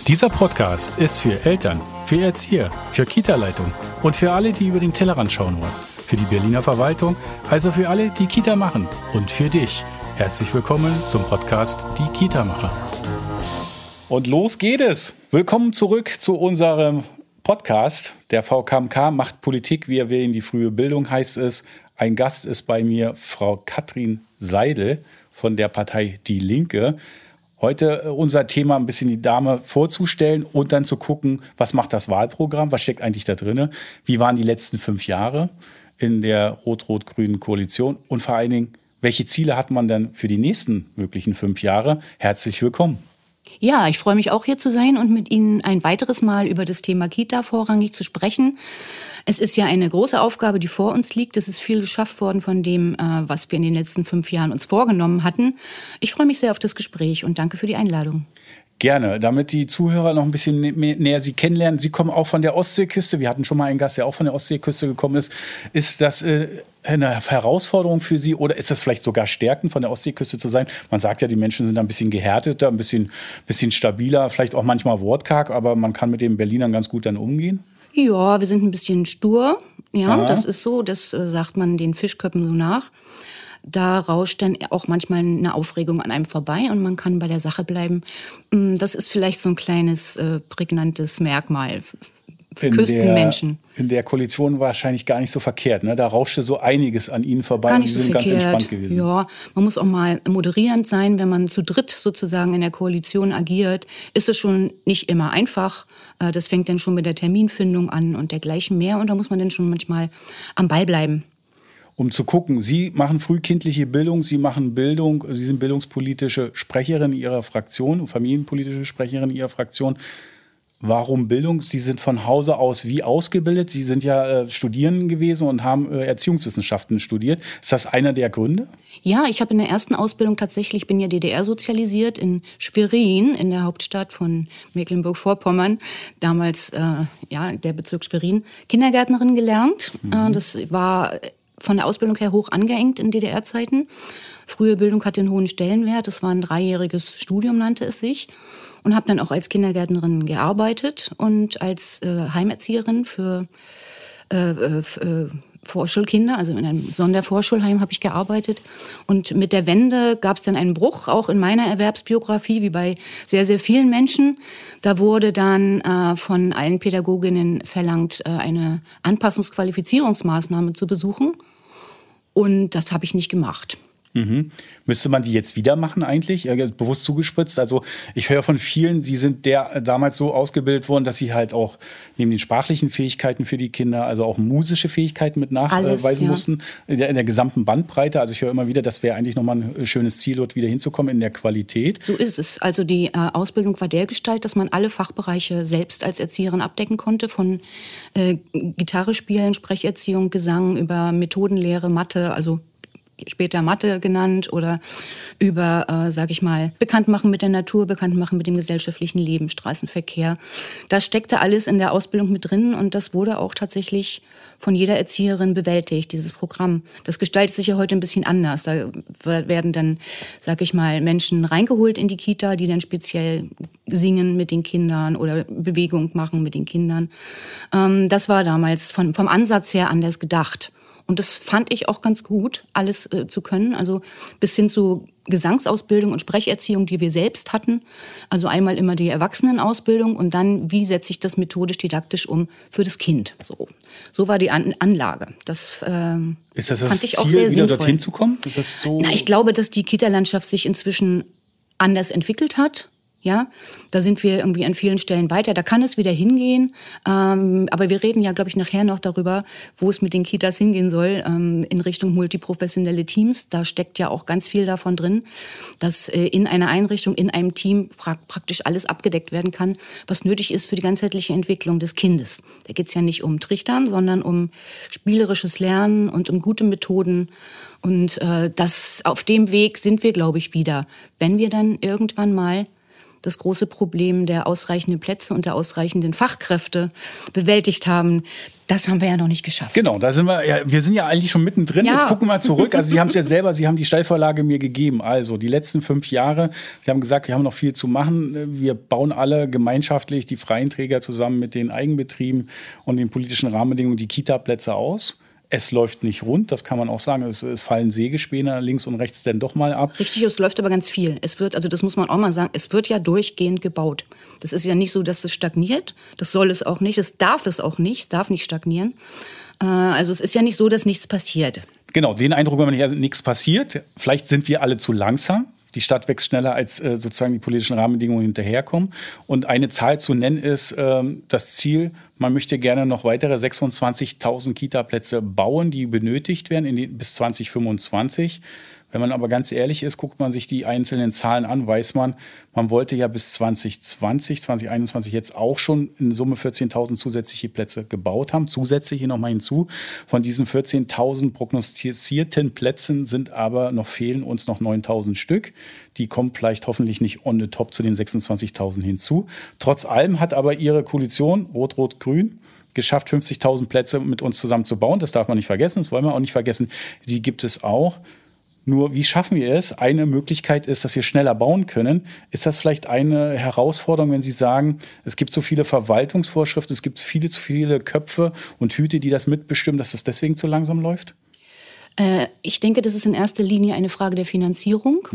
Dieser Podcast ist für Eltern, für Erzieher, für Kita-Leitung und für alle, die über den Tellerrand schauen wollen. Für die Berliner Verwaltung, also für alle, die Kita machen und für dich. Herzlich willkommen zum Podcast Die Kita-Macher. Und los geht es. Willkommen zurück zu unserem Podcast. Der VKMK macht Politik, wir wählen die frühe Bildung, heißt es. Ein Gast ist bei mir Frau Katrin Seidel von der Partei Die Linke. Heute unser Thema, ein bisschen die Dame vorzustellen und dann zu gucken, was macht das Wahlprogramm, was steckt eigentlich da drin, wie waren die letzten 5 Jahre in der rot-rot-grünen Koalition und vor allen Dingen, welche Ziele hat man dann für die nächsten möglichen 5 Jahre? Herzlich willkommen. Ja, ich freue mich auch hier zu sein und mit Ihnen ein weiteres Mal über das Thema Kita vorrangig zu sprechen. Es ist ja eine große Aufgabe, die vor uns liegt. Es ist viel geschafft worden von dem, was wir in den letzten 5 Jahren uns vorgenommen hatten. Ich freue mich sehr auf das Gespräch und danke für die Einladung. Gerne, damit die Zuhörer noch ein bisschen näher Sie kennenlernen. Sie kommen auch von der Ostseeküste. Wir hatten schon mal einen Gast, der auch von der Ostseeküste gekommen ist. Ist das eine Herausforderung für Sie oder ist das vielleicht sogar stärkend, von der Ostseeküste zu sein? Man sagt ja, die Menschen sind ein bisschen gehärteter, ein bisschen stabiler, vielleicht auch manchmal wortkarg, aber man kann mit den Berlinern ganz gut dann umgehen. Ja, wir sind ein bisschen stur. Ja, das ist so. Das sagt man den Fischköppen so nach. Da rauscht dann auch manchmal eine Aufregung an einem vorbei und man kann bei der Sache bleiben. Das ist vielleicht so ein kleines prägnantes Merkmal für Küstenmenschen. In der Koalition wahrscheinlich gar nicht so verkehrt, ne? Da rauschte so einiges an Ihnen vorbei gar nicht und Sie sind so ganz entspannt gewesen. Ja, man muss auch mal moderierend sein, wenn man zu dritt sozusagen in der Koalition agiert, ist es schon nicht immer einfach. Das fängt dann schon mit der Terminfindung an und dergleichen mehr und da muss man dann schon manchmal am Ball bleiben. Um zu gucken, Sie machen frühkindliche Bildung, Sie machen Bildung, Sie sind bildungspolitische Sprecherin Ihrer Fraktion, familienpolitische Sprecherin Ihrer Fraktion. Warum Bildung? Sie sind von Hause aus wie ausgebildet? Sie sind ja Studierende gewesen und haben Erziehungswissenschaften studiert. Ist das einer der Gründe? Ja, ich habe in der ersten Ausbildung tatsächlich, bin ja DDR-sozialisiert in Schwerin, in der Hauptstadt von Mecklenburg-Vorpommern. Damals, der Bezirk Schwerin, Kindergärtnerin gelernt. Das war von der Ausbildung her hoch angehängt in DDR-Zeiten. Frühe Bildung hatte einen hohen Stellenwert. Das war ein 3-jähriges Studium, nannte es sich. Und habe dann auch als Kindergärtnerin gearbeitet und als Heimerzieherin für Vorschulkinder, also in einem Sondervorschulheim habe ich gearbeitet. Und mit der Wende gab es dann einen Bruch, auch in meiner Erwerbsbiografie, wie bei sehr, sehr vielen Menschen. Da wurde dann von allen Pädagoginnen verlangt, eine Anpassungsqualifizierungsmaßnahme zu besuchen. Und das habe ich nicht gemacht. Müsste man die jetzt wieder machen eigentlich? Bewusst zugespitzt? Also ich höre von vielen, sie sind damals so ausgebildet worden, dass sie halt auch neben den sprachlichen Fähigkeiten für die Kinder, also auch musische Fähigkeiten mit nachweisen mussten, in der gesamten Bandbreite. Also ich höre immer wieder, das wäre eigentlich nochmal ein schönes Ziel, dort wieder hinzukommen in der Qualität. So ist es. Also die Ausbildung war dergestalt, dass man alle Fachbereiche selbst als Erzieherin abdecken konnte, von Gitarre spielen, Sprecherziehung, Gesang, über Methodenlehre, Mathe, also später Mathe genannt oder über, Bekanntmachen mit der Natur, Bekanntmachen mit dem gesellschaftlichen Leben, Straßenverkehr. Das steckte alles in der Ausbildung mit drin und das wurde auch tatsächlich von jeder Erzieherin bewältigt, dieses Programm. Das gestaltet sich ja heute ein bisschen anders. Da werden dann, Menschen reingeholt in die Kita, die dann speziell singen mit den Kindern oder Bewegung machen mit den Kindern. Das war damals vom Ansatz her anders gedacht. Und das fand ich auch ganz gut, alles zu können. Also bis hin zu Gesangsausbildung und Sprecherziehung, die wir selbst hatten. Also einmal immer die Erwachsenenausbildung und dann, wie setze ich das methodisch-didaktisch um für das Kind. So war die Anlage. Das fand ich auch sehr sinnvoll. Ist das das Ziel, wieder dorthin zu kommen? Ist das so? Ich glaube, dass die Kita-Landschaft sich inzwischen anders entwickelt hat. Ja, da sind wir irgendwie an vielen Stellen weiter. Da kann es wieder hingehen. Aber wir reden ja, glaube ich, nachher noch darüber, wo es mit den Kitas hingehen soll, in Richtung multiprofessionelle Teams. Da steckt ja auch ganz viel davon drin, dass in einer Einrichtung, in einem Team praktisch alles abgedeckt werden kann, was nötig ist für die ganzheitliche Entwicklung des Kindes. Da geht es ja nicht um Trichtern, sondern um spielerisches Lernen und um gute Methoden. Und auf dem Weg sind wir, glaube ich, wieder, wenn wir dann irgendwann mal das große Problem der ausreichenden Plätze und der ausreichenden Fachkräfte bewältigt haben. Das haben wir ja noch nicht geschafft. Genau, da sind wir sind ja eigentlich schon mittendrin. Jetzt gucken wir zurück. Also Sie haben es ja selber, Sie haben die Steilvorlage mir gegeben. Also die letzten 5 Jahre, Sie haben gesagt, wir haben noch viel zu machen. Wir bauen alle gemeinschaftlich, die freien Träger zusammen mit den Eigenbetrieben und den politischen Rahmenbedingungen die Kita-Plätze aus. Es läuft nicht rund, das kann man auch sagen. Es fallen Sägespäne links und rechts dann doch mal ab. Richtig, es läuft aber ganz viel. Es wird, also das muss man auch mal sagen, es wird ja durchgehend gebaut. Das ist ja nicht so, dass es stagniert. Das soll es auch nicht. Es darf nicht stagnieren. Also es ist ja nicht so, dass nichts passiert. Genau, den Eindruck, wenn man nichts passiert. Vielleicht sind wir alle zu langsam. Die Stadt wächst schneller, als sozusagen die politischen Rahmenbedingungen hinterherkommen. Und eine Zahl zu nennen ist das Ziel, man möchte gerne noch weitere 26.000 Kita-Plätze bauen, die benötigt werden bis 2025. Wenn man aber ganz ehrlich ist, guckt man sich die einzelnen Zahlen an, weiß man wollte ja bis 2021 jetzt auch schon in Summe 14.000 zusätzliche Plätze gebaut haben. Zusätzliche nochmal hinzu. Von diesen 14.000 prognostizierten Plätzen fehlen uns noch 9.000 Stück. Die kommen vielleicht hoffentlich nicht on the top zu den 26.000 hinzu. Trotz allem hat aber Ihre Koalition, Rot-Rot-Grün, geschafft, 50.000 Plätze mit uns zusammen zu bauen. Das darf man nicht vergessen, das wollen wir auch nicht vergessen. Die gibt es auch. Nur wie schaffen wir es? Eine Möglichkeit ist, dass wir schneller bauen können. Ist das vielleicht eine Herausforderung, wenn Sie sagen, es gibt so viele Verwaltungsvorschriften, es gibt viel zu viele Köpfe und Hüte, die das mitbestimmen, dass es deswegen zu langsam läuft? Ich denke, das ist in erster Linie eine Frage der Finanzierung.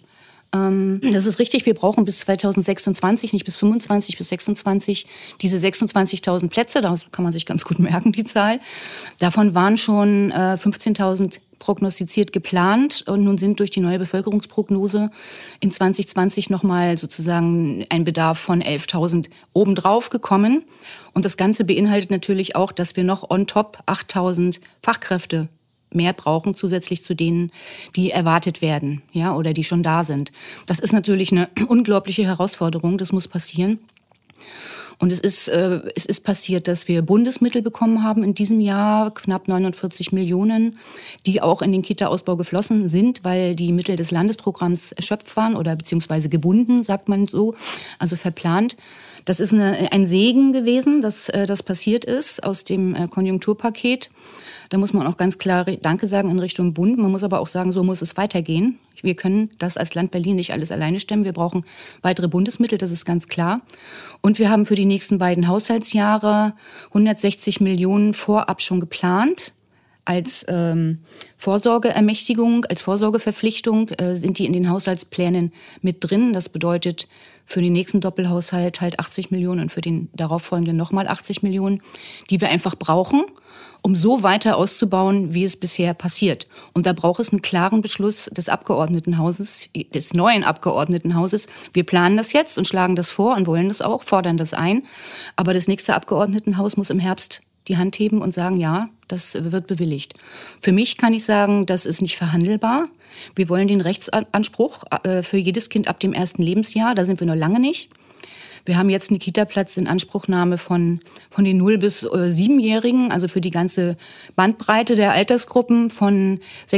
Das ist richtig, wir brauchen bis 2026, nicht bis 25, bis 26 diese 26.000 Plätze. Das kann man sich ganz gut merken, die Zahl. Davon waren schon 15.000 prognostiziert geplant und nun sind durch die neue Bevölkerungsprognose in 2020 nochmal sozusagen ein Bedarf von 11.000 obendrauf gekommen. Und das Ganze beinhaltet natürlich auch, dass wir noch on top 8.000 Fachkräfte mehr brauchen, zusätzlich zu denen, die erwartet werden, ja, oder die schon da sind. Das ist natürlich eine unglaubliche Herausforderung, das muss passieren. Und es ist passiert, dass wir Bundesmittel bekommen haben in diesem Jahr, knapp 49 Millionen, die auch in den Kita-Ausbau geflossen sind, weil die Mittel des Landesprogramms erschöpft waren oder beziehungsweise gebunden, sagt man so, also verplant. Das ist ein Segen gewesen, dass das passiert ist aus dem Konjunkturpaket. Da muss man auch ganz klar Danke sagen in Richtung Bund. Man muss aber auch sagen, so muss es weitergehen. Wir können das als Land Berlin nicht alles alleine stemmen. Wir brauchen weitere Bundesmittel, das ist ganz klar. Und wir haben für die nächsten beiden Haushaltsjahre 160 Millionen vorab schon geplant. Als Vorsorgeermächtigung, als Vorsorgeverpflichtung sind die in den Haushaltsplänen mit drin. Das bedeutet für den nächsten Doppelhaushalt halt 80 Millionen und für den darauffolgenden nochmal 80 Millionen, die wir einfach brauchen, um so weiter auszubauen, wie es bisher passiert. Und da braucht es einen klaren Beschluss des Abgeordnetenhauses, des neuen Abgeordnetenhauses. Wir planen das jetzt und schlagen das vor und wollen das auch, fordern das ein. Aber das nächste Abgeordnetenhaus muss im Herbst die Hand heben und sagen, ja, das wird bewilligt. Für mich kann ich sagen, das ist nicht verhandelbar. Wir wollen den Rechtsanspruch für jedes Kind ab dem 1. Lebensjahr, da sind wir noch lange nicht. Wir haben jetzt einen Kita-Platz in Anspruchnahme von den 0- bis 7-Jährigen, also für die ganze Bandbreite der Altersgruppen von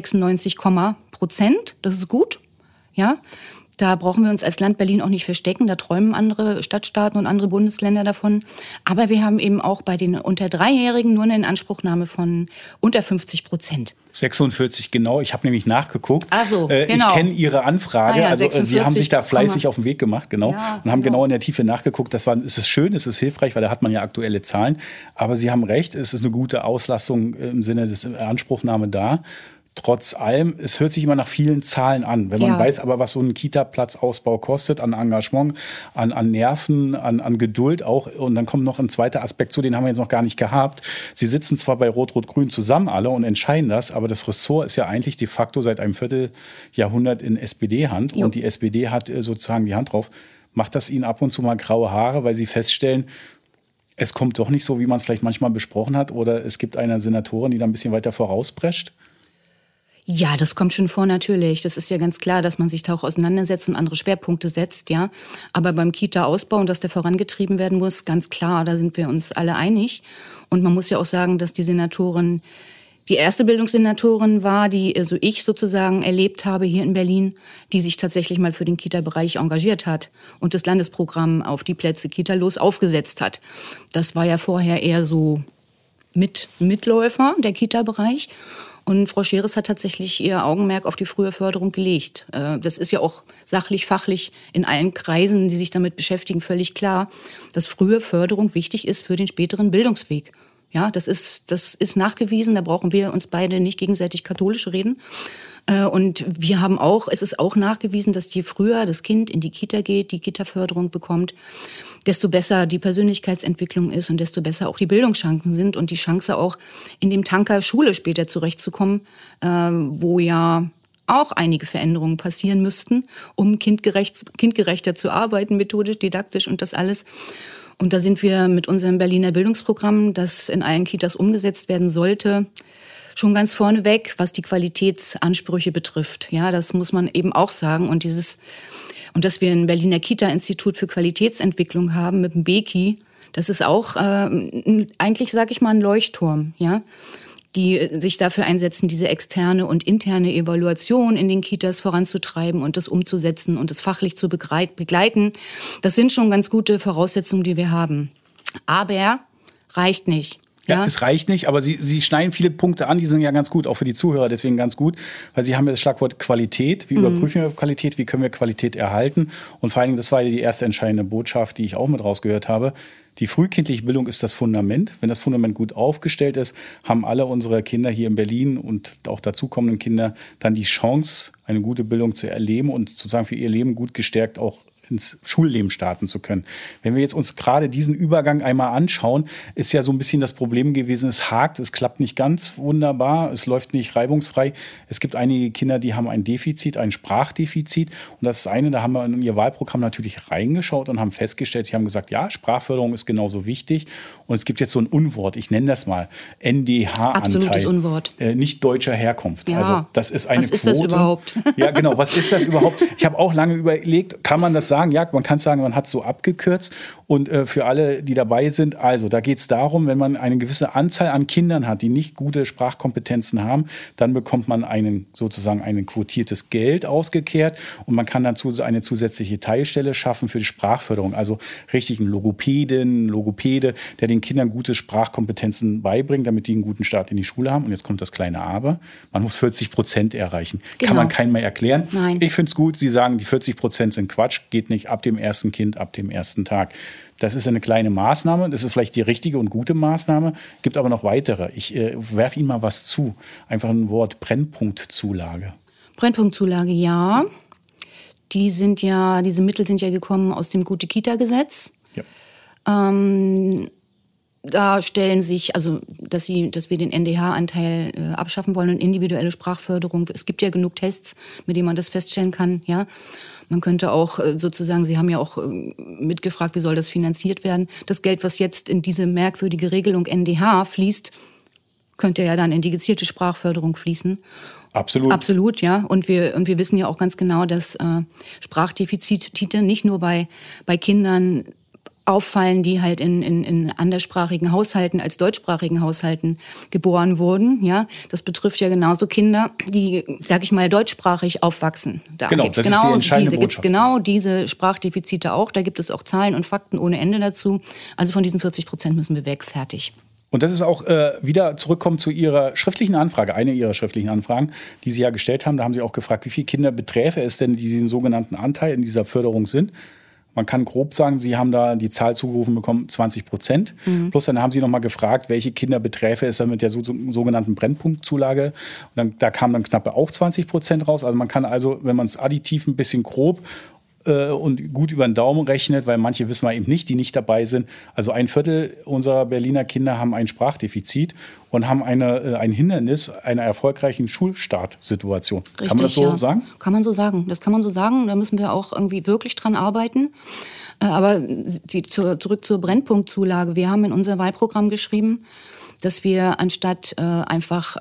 96,%. Das ist gut, ja. Da brauchen wir uns als Land Berlin auch nicht verstecken. Da träumen andere Stadtstaaten und andere Bundesländer davon. Aber wir haben eben auch bei den unter 3-Jährigen nur eine Inanspruchnahme von unter 50%. 46 genau. Ich habe nämlich nachgeguckt. Ach so, genau. Ich kenne Ihre Anfrage. Ja, also 46, Sie haben sich da fleißig auf den Weg gemacht, genau. Ja, und haben genau in der Tiefe nachgeguckt. Es ist schön, es ist hilfreich, weil da hat man ja aktuelle Zahlen. Aber Sie haben recht, es ist eine gute Auslastung im Sinne des Inanspruchnahme da. Trotz allem, es hört sich immer nach vielen Zahlen an. Wenn man weiß aber, was so ein Kita-Platzausbau kostet, an Engagement, an Nerven, an Geduld auch. Und dann kommt noch ein zweiter Aspekt zu, den haben wir jetzt noch gar nicht gehabt. Sie sitzen zwar bei Rot-Rot-Grün zusammen alle und entscheiden das, aber das Ressort ist ja eigentlich de facto seit einem Vierteljahrhundert in SPD-Hand. Und die SPD hat sozusagen die Hand drauf. Macht das Ihnen ab und zu mal graue Haare, weil Sie feststellen, es kommt doch nicht so, wie man es vielleicht manchmal besprochen hat? Oder es gibt eine Senatorin, die da ein bisschen weiter vorausprescht? Ja, das kommt schon vor, natürlich. Das ist ja ganz klar, dass man sich da auch auseinandersetzt und andere Schwerpunkte setzt, ja. Aber beim Kita-Ausbau und dass der vorangetrieben werden muss, ganz klar, da sind wir uns alle einig. Und man muss ja auch sagen, dass die Senatorin Die erste Bildungssenatorin war, die also ich sozusagen erlebt habe hier in Berlin, die sich tatsächlich mal für den Kita-Bereich engagiert hat und das Landesprogramm auf die Plätze Kita los aufgesetzt hat. Das war ja vorher eher so Mitläufer, der Kita-Bereich. Und Frau Scheres hat tatsächlich ihr Augenmerk auf die frühe Förderung gelegt. Das ist ja auch sachlich, fachlich in allen Kreisen, die sich damit beschäftigen, völlig klar, dass frühe Förderung wichtig ist für den späteren Bildungsweg. Ja, das ist nachgewiesen, da brauchen wir uns beide nicht gegenseitig katholisch reden. Und es ist auch nachgewiesen, dass je früher das Kind in die Kita geht, die Kita-Förderung bekommt, desto besser die Persönlichkeitsentwicklung ist und desto besser auch die Bildungschancen sind und die Chance auch in dem Tanker Schule später zurechtzukommen, wo ja auch einige Veränderungen passieren müssten, um kindgerechter zu arbeiten, methodisch, didaktisch und das alles. Und da sind wir mit unserem Berliner Bildungsprogramm, das in allen Kitas umgesetzt werden sollte, schon ganz vorneweg, was die Qualitätsansprüche betrifft. Ja, das muss man eben auch sagen. Und dass wir ein Berliner Kita-Institut für Qualitätsentwicklung haben mit dem BEKI, das ist auch eigentlich, sage ich mal, ein Leuchtturm, ja, die sich dafür einsetzen, diese externe und interne Evaluation in den Kitas voranzutreiben und das umzusetzen und das fachlich zu begleiten. Das sind schon ganz gute Voraussetzungen, die wir haben. Aber reicht nicht. Ja, es reicht nicht, aber Sie schneiden viele Punkte an, die sind ja ganz gut, auch für die Zuhörer deswegen ganz gut, weil Sie haben ja das Schlagwort Qualität. Wie überprüfen wir Qualität? Wie können wir Qualität erhalten? Und vor allen Dingen, das war ja die erste entscheidende Botschaft, die ich auch mit rausgehört habe. Die frühkindliche Bildung ist das Fundament. Wenn das Fundament gut aufgestellt ist, haben alle unsere Kinder hier in Berlin und auch dazukommenden Kinder dann die Chance, eine gute Bildung zu erleben und sozusagen für ihr Leben gut gestärkt auch ins Schulleben starten zu können. Wenn wir jetzt uns gerade diesen Übergang einmal anschauen, ist ja so ein bisschen das Problem gewesen, es hakt, es klappt nicht ganz wunderbar, es läuft nicht reibungsfrei. Es gibt einige Kinder, die haben ein Defizit, ein Sprachdefizit. Und das ist eine, da haben wir in ihr Wahlprogramm natürlich reingeschaut und haben festgestellt, sie haben gesagt, ja, Sprachförderung ist genauso wichtig. Und es gibt jetzt so ein Unwort, ich nenne das mal NDH-Anteil. Absolutes Unwort. Nicht deutscher Herkunft. Ja. Also das ist eine Was ist Quote. das überhaupt? Ja, genau, was ist das überhaupt? Ich habe auch lange überlegt, kann man das sagen? Ja, man kann sagen, man hat es so abgekürzt. Und für alle, die dabei sind, also da geht es darum, wenn man eine gewisse Anzahl an Kindern hat, die nicht gute Sprachkompetenzen haben, dann bekommt man sozusagen ein quotiertes Geld ausgekehrt und man kann dazu eine zusätzliche Teilstelle schaffen für die Sprachförderung. Also richtig ein Logopäde, der den Kindern gute Sprachkompetenzen beibringt, damit die einen guten Start in die Schule haben. Und jetzt kommt das kleine Aber. Man muss 40% erreichen. Genau. Kann man keinem mehr erklären. Nein. Ich finde es gut, Sie sagen, die 40% sind Quatsch, geht nicht ab dem ersten Kind, ab dem ersten Tag. Das ist eine kleine Maßnahme, das ist vielleicht die richtige und gute Maßnahme, gibt aber noch weitere. Ich werfe Ihnen mal was zu, einfach ein Wort, Brennpunktzulage. Brennpunktzulage, ja. Diese Mittel sind ja gekommen aus dem Gute-Kita-Gesetz. Ja. Da stellen sich, also dass wir den NDH-Anteil abschaffen wollen und individuelle Sprachförderung. Es gibt ja genug Tests, mit denen man das feststellen kann. Ja, man könnte auch sozusagen, Sie haben ja auch mitgefragt, wie soll das finanziert werden? Das Geld, was jetzt in diese merkwürdige Regelung NDH fließt, könnte ja dann in die gezielte Sprachförderung fließen. Absolut. Absolut, ja. Und wir wissen ja auch ganz genau, dass Sprachdefizite nicht nur bei Kindern auffallen, die halt in anderssprachigen Haushalten als deutschsprachigen Haushalten geboren wurden. Ja, das betrifft ja genauso Kinder, die, sag ich mal, deutschsprachig aufwachsen. Da genau, gibt's genau diese Sprachdefizite auch. Da gibt es auch Zahlen und Fakten ohne Ende dazu. Also von diesen 40% müssen wir weg. Fertig. Und das ist auch wieder zurückkommen zu Ihrer schriftlichen Anfrage, eine Ihrer schriftlichen Anfragen, die Sie ja gestellt haben. Da haben Sie auch gefragt, wie viele Kinder beträfe es denn, die diesen sogenannten Anteil in dieser Förderung sind. Man kann grob sagen, Sie haben da die Zahl zugerufen bekommen, 20%. Plus dann haben Sie noch mal gefragt, welche Kinder beträfe es dann mit der sogenannten Brennpunktzulage. Und da kamen dann knappe auch 20% raus. Also man kann also, wenn man es additiv ein bisschen grob und gut über den Daumen rechnet, weil manche wissen wir eben nicht, die nicht dabei sind. Also 1/4 unserer Berliner Kinder haben ein Sprachdefizit und haben ein Hindernis einer erfolgreichen Schulstartsituation. Richtig, kann man das so sagen? Kann man so sagen. Das kann man so sagen. Da müssen wir auch irgendwie wirklich dran arbeiten. Aber zurück zur Brennpunktzulage. Wir haben in unser Wahlprogramm geschrieben, dass wir anstatt einfach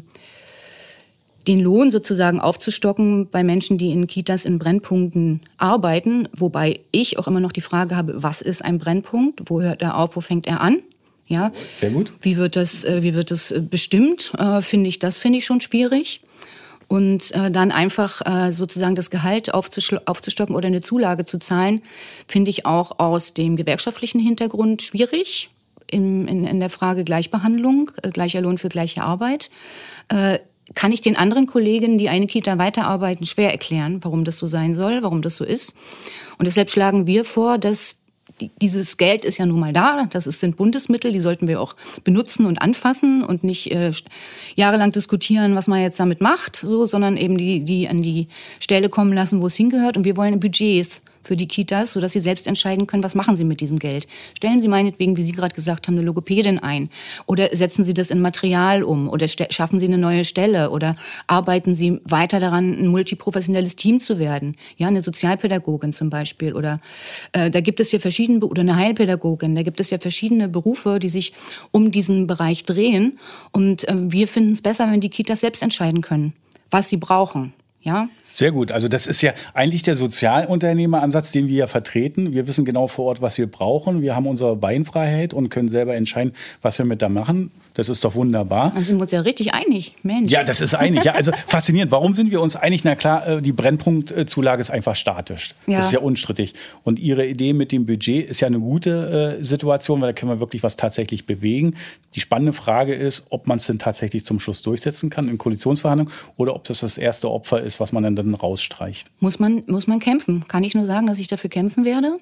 den Lohn sozusagen aufzustocken bei Menschen, die in Kitas in Brennpunkten arbeiten. Wobei ich auch immer noch die Frage habe, was ist ein Brennpunkt? Wo hört er auf? Wo fängt er an? Ja? Sehr gut. Wie wird das bestimmt? Finde ich schon schwierig. Und dann einfach sozusagen das Gehalt aufzustocken oder eine Zulage zu zahlen, finde ich auch aus dem gewerkschaftlichen Hintergrund schwierig. In der Frage Gleichbehandlung, gleicher Lohn für gleiche Arbeit. Kann ich den anderen Kollegen, die eine Kita weiterarbeiten, schwer erklären, warum das so sein soll, warum das so ist. Und deshalb schlagen wir vor, dass dieses Geld ist ja nun mal da, sind Bundesmittel, die sollten wir auch benutzen und anfassen und nicht jahrelang diskutieren, was man jetzt damit macht, sondern eben die an die Stelle kommen lassen, wo es hingehört. Und wir wollen Budgets für die Kitas, sodass sie selbst entscheiden können, was machen sie mit diesem Geld. Stellen Sie meinetwegen, wie Sie gerade gesagt haben, eine Logopädin ein oder setzen Sie das in Material um oder schaffen Sie eine neue Stelle oder arbeiten Sie weiter daran, ein multiprofessionelles Team zu werden. Ja, eine Sozialpädagogin zum Beispiel oder da gibt es ja verschiedene, oder eine Heilpädagogin, da gibt es ja verschiedene Berufe, die sich um diesen Bereich drehen und wir finden es besser, wenn die Kitas selbst entscheiden können, was sie brauchen. Ja? Sehr gut. Also das ist ja eigentlich der Sozialunternehmeransatz, den wir ja vertreten. Wir wissen genau vor Ort, was wir brauchen. Wir haben unsere Beinfreiheit und können selber entscheiden, was wir mit da machen. Das ist doch wunderbar. Da sind wir uns ja richtig einig, Mensch. Ja, das ist einig. Ja, also faszinierend. Warum sind wir uns einig? Na klar, die Brennpunktzulage ist einfach statisch. Ja. Das ist ja unstrittig. Und Ihre Idee mit dem Budget ist ja eine gute Situation, weil da können wir wirklich was tatsächlich bewegen. Die spannende Frage ist, ob man es denn tatsächlich zum Schluss durchsetzen kann in Koalitionsverhandlungen oder ob das erste Opfer ist, was man dann rausstreicht. Muss man kämpfen. Kann ich nur sagen, dass ich dafür kämpfen werde.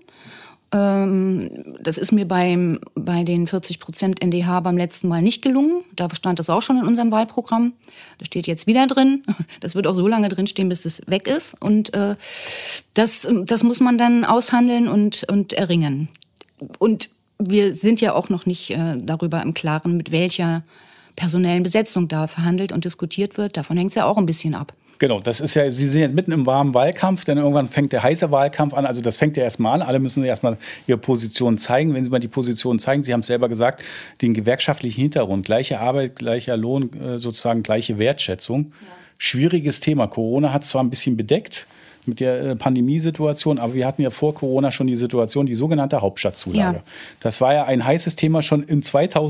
Das ist mir bei den 40% NDH beim letzten Mal nicht gelungen. Da stand das auch schon in unserem Wahlprogramm. Das steht jetzt wieder drin. Das wird auch so lange drinstehen, bis es weg ist. Und das muss man dann aushandeln und erringen. Und wir sind ja auch noch nicht darüber im Klaren, mit welcher personellen Besetzung da verhandelt und diskutiert wird. Davon hängt es ja auch ein bisschen ab. Genau, das ist ja, Sie sind jetzt mitten im warmen Wahlkampf, denn irgendwann fängt der heiße Wahlkampf an. Also das fängt ja erstmal an. Alle müssen erstmal ihre Position zeigen. Wenn Sie mal die Position zeigen, Sie haben es selber gesagt, den gewerkschaftlichen Hintergrund, gleiche Arbeit, gleicher Lohn, sozusagen gleiche Wertschätzung. Ja. Schwieriges Thema. Corona hat es zwar ein bisschen bedeckt mit der Pandemiesituation, aber wir hatten ja vor Corona schon die Situation, die sogenannte Hauptstadtzulage. Ja. Das war ja ein heißes Thema schon in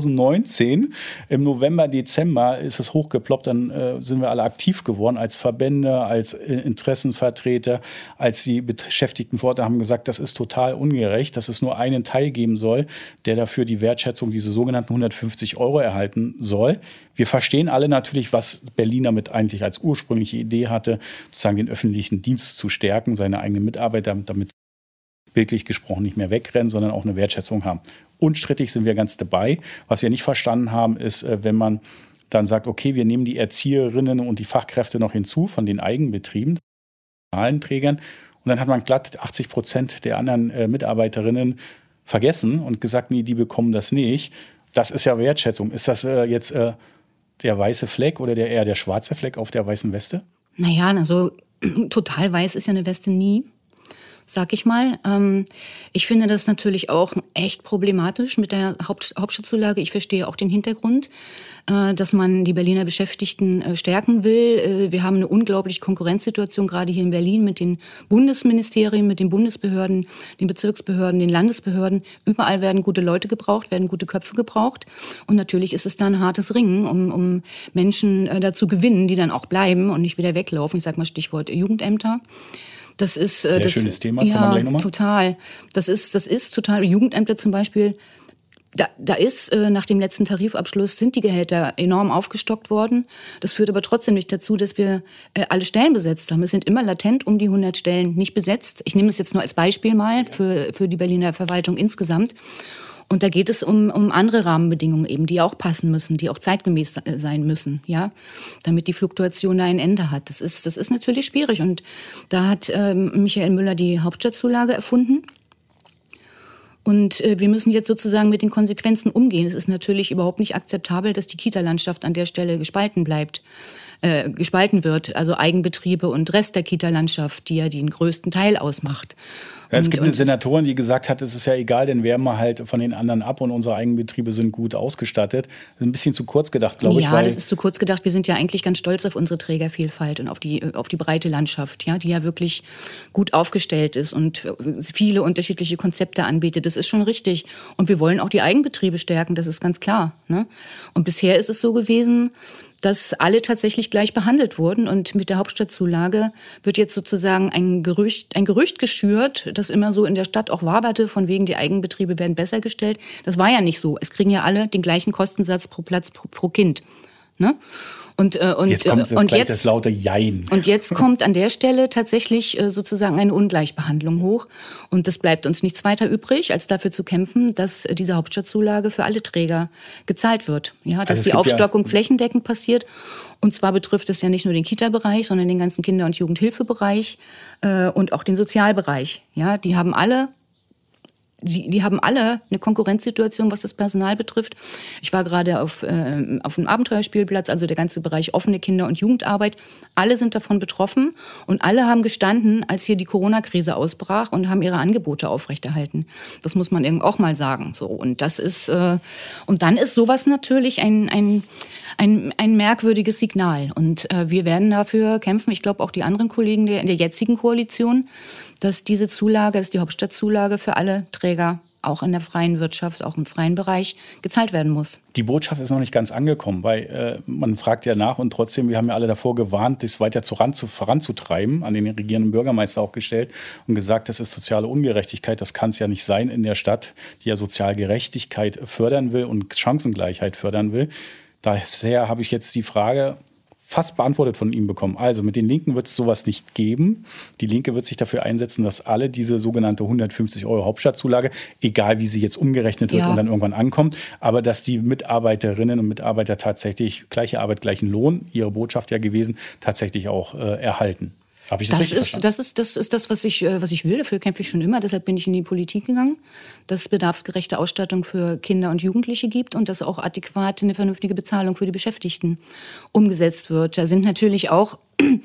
2019. Im November, Dezember ist es hochgeploppt, dann sind wir alle aktiv geworden als Verbände, als Interessenvertreter, als die Beschäftigten vor Ort haben gesagt, das ist total ungerecht, dass es nur einen Teil geben soll, der dafür die Wertschätzung, diese sogenannten 150 € erhalten soll. Wir verstehen alle natürlich, was Berlin damit eigentlich als ursprüngliche Idee hatte, sozusagen den öffentlichen Dienst zu stärken, seine eigenen Mitarbeiter, damit bildlich gesprochen nicht mehr wegrennen, sondern auch eine Wertschätzung haben. Unstrittig sind wir ganz dabei. Was wir nicht verstanden haben, ist, wenn man dann sagt, okay, wir nehmen die Erzieherinnen und die Fachkräfte noch hinzu von den Eigenbetrieben, Zahlenträgern, und dann hat man glatt 80% der anderen Mitarbeiterinnen vergessen und gesagt, nee, die bekommen das nicht. Das ist ja Wertschätzung. Ist das jetzt der weiße Fleck oder eher der schwarze Fleck auf der weißen Weste? Naja, also total weiß ist ja eine Weste nie, sag ich mal. Ich finde das natürlich auch echt problematisch mit der Hauptstadtzulage. Ich verstehe auch den Hintergrund, dass man die Berliner Beschäftigten stärken will. Wir haben eine unglaubliche Konkurrenzsituation gerade hier in Berlin mit den Bundesministerien, mit den Bundesbehörden, den Bezirksbehörden, den Landesbehörden. Überall werden gute Leute gebraucht, werden gute Köpfe gebraucht. Und natürlich ist es da ein hartes Ringen, um Menschen dazu gewinnen, die dann auch bleiben und nicht wieder weglaufen. Ich sag mal Stichwort Jugendämter. Das ist sehr schönes Thema. Ja, kann man gleich nochmal? Total. Das ist total. Jugendämter zum Beispiel. Da ist nach dem letzten Tarifabschluss sind die Gehälter enorm aufgestockt worden. Das führt aber trotzdem nicht dazu, dass wir alle Stellen besetzt haben. Es sind immer latent um die 100 Stellen nicht besetzt. Ich nehme es jetzt nur als Beispiel mal für die Berliner Verwaltung insgesamt. Und da geht es um andere Rahmenbedingungen eben, die auch passen müssen, die auch zeitgemäß sein müssen, ja, damit die Fluktuation da ein Ende hat. Das ist natürlich schwierig. Und da hat Michael Müller die Hauptstadtzulage erfunden. Und wir müssen jetzt sozusagen mit den Konsequenzen umgehen. Es ist natürlich überhaupt nicht akzeptabel, dass die Kita-Landschaft an der Stelle gespalten wird. Also Eigenbetriebe und Rest der Kita-Landschaft, die ja den größten Teil ausmacht. Ja, es gibt eine Senatorin, die gesagt hat, es ist ja egal, denn werben wir halt von den anderen ab und unsere eigenen Betriebe sind gut ausgestattet. Das ist ein bisschen zu kurz gedacht, glaube ich. Ja, das ist zu kurz gedacht. Wir sind ja eigentlich ganz stolz auf unsere Trägervielfalt und auf die breite Landschaft, ja, die ja wirklich gut aufgestellt ist und viele unterschiedliche Konzepte anbietet. Das ist schon richtig. Und wir wollen auch die Eigenbetriebe stärken, das ist ganz klar, ne? Und bisher ist es so gewesen, dass alle tatsächlich gleich behandelt wurden. Und mit der Hauptstadtzulage wird jetzt sozusagen ein Gerücht geschürt, das immer so in der Stadt auch waberte, von wegen die Eigenbetriebe werden besser gestellt. Das war ja nicht so. Es kriegen ja alle den gleichen Kostensatz pro Platz pro Kind, ne? Jetzt kommt das laute Jein. Und jetzt kommt an der Stelle tatsächlich sozusagen eine Ungleichbehandlung hoch. Und das bleibt uns nichts weiter übrig, als dafür zu kämpfen, dass diese Hauptstadtzulage für alle Träger gezahlt wird. Ja, dass die Aufstockung flächendeckend passiert. Und zwar betrifft es ja nicht nur den Kita-Bereich, sondern den ganzen Kinder- und Jugendhilfebereich und auch den Sozialbereich. Ja, die haben alle eine Konkurrenzsituation, was das Personal betrifft. Ich war gerade auf einem Abenteuerspielplatz, also der ganze Bereich offene Kinder- und Jugendarbeit. Alle sind davon betroffen und alle haben gestanden, als hier die Corona-Krise ausbrach und haben ihre Angebote aufrechterhalten. Das muss man eben auch mal sagen. So, und das ist und dann ist sowas natürlich ein merkwürdiges Signal. Und wir werden dafür kämpfen. Ich glaube auch die anderen Kollegen in der jetzigen Koalition, dass diese Zulage, dass die Hauptstadtzulage für alle Träger auch in der freien Wirtschaft, auch im freien Bereich gezahlt werden muss. Die Botschaft ist noch nicht ganz angekommen, weil man fragt ja nach und trotzdem, wir haben ja alle davor gewarnt, das weiter voranzutreiben, an den regierenden Bürgermeister auch gestellt und gesagt, das ist soziale Ungerechtigkeit, das kann es ja nicht sein in der Stadt, die ja Sozialgerechtigkeit fördern will und Chancengleichheit fördern will. Daher habe ich jetzt die Frage fast beantwortet von ihm bekommen. Also mit den Linken wird es sowas nicht geben. Die Linke wird sich dafür einsetzen, dass alle diese sogenannte 150 € Hauptstadtzulage, egal wie sie jetzt umgerechnet wird und dann irgendwann ankommt, aber dass die Mitarbeiterinnen und Mitarbeiter tatsächlich gleiche Arbeit, gleichen Lohn, ihre Botschaft ja gewesen, tatsächlich auch erhalten. Habe ich das richtig verstanden? Das ist das, was ich will. Dafür kämpfe ich schon immer. Deshalb bin ich in die Politik gegangen, dass es bedarfsgerechte Ausstattung für Kinder und Jugendliche gibt und dass auch adäquat eine vernünftige Bezahlung für die Beschäftigten umgesetzt wird. Da sind natürlich auch